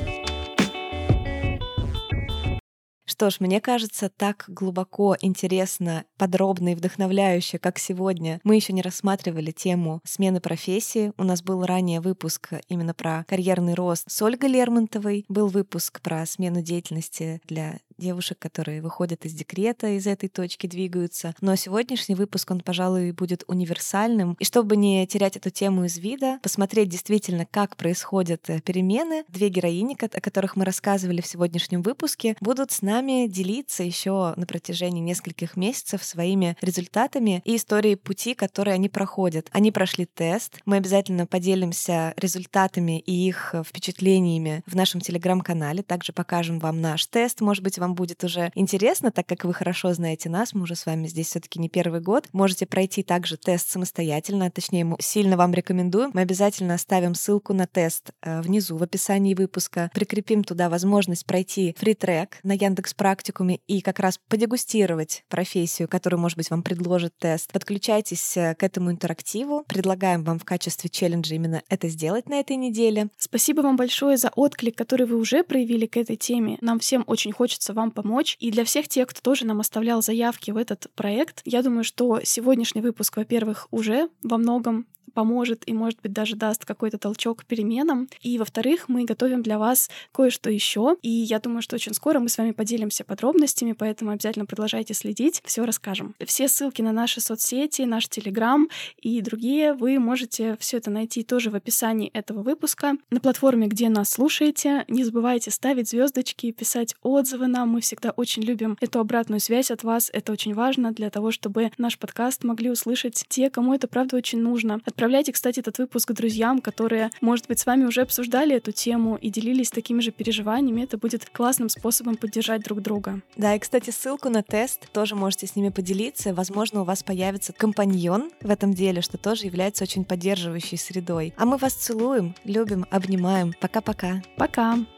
Что ж, мне кажется, так глубоко, интересно, подробно и вдохновляюще, как сегодня, мы еще не рассматривали тему смены профессии. У нас был ранее выпуск именно про карьерный рост с Ольгой Лермонтовой, был выпуск про смену деятельности для девушек, которые выходят из декрета, из этой точки двигаются. Но сегодняшний выпуск, он, пожалуй, будет универсальным. И чтобы не терять эту тему из вида, посмотреть действительно, как происходят перемены, две героини, о которых мы рассказывали в сегодняшнем выпуске, будут с нами делиться еще на протяжении нескольких месяцев своими результатами и историей пути, которые они проходят. Они прошли тест. Мы обязательно поделимся результатами и их впечатлениями в нашем телеграм-канале. Также покажем вам наш тест. Может быть, вам будет уже интересно, так как вы хорошо знаете нас, мы уже с вами здесь все-таки не первый год. Можете пройти также тест самостоятельно, точнее, мы сильно вам рекомендуем. Мы обязательно оставим ссылку на тест внизу в описании выпуска, прикрепим туда возможность пройти фри-трек на Яндекс.Практикуме и как раз подегустировать профессию, которую, может быть, вам предложит тест. Подключайтесь к этому интерактиву. Предлагаем вам в качестве челленджа именно это сделать на этой неделе. Спасибо вам большое за отклик, который вы уже проявили к этой теме. Нам всем очень хочется вам помочь. И для всех тех, кто тоже нам оставлял заявки в этот проект, я думаю, что сегодняшний выпуск, во-первых, уже во многом поможет и, может быть, даже даст какой-то толчок к переменам. И, во-вторых, мы готовим для вас кое-что еще. И я думаю, что очень скоро мы с вами поделимся подробностями, поэтому обязательно продолжайте следить, все расскажем. Все ссылки на наши соцсети, наш Телеграм и другие вы можете все это найти тоже в описании этого выпуска на платформе, где нас слушаете. Не забывайте ставить звездочки, писать отзывы нам. Мы всегда очень любим эту обратную связь от вас. Это очень важно для того, чтобы наш подкаст могли услышать те, кому это правда очень нужно. Отправляйте, кстати, этот выпуск друзьям, которые, может быть, с вами уже обсуждали эту тему и делились такими же переживаниями. Это будет классным способом поддержать друг друга. Да, и, кстати, ссылку на тест тоже можете с ними поделиться. Возможно, у вас появится компаньон в этом деле, что тоже является очень поддерживающей средой. А мы вас целуем, любим, обнимаем. Пока-пока. Пока!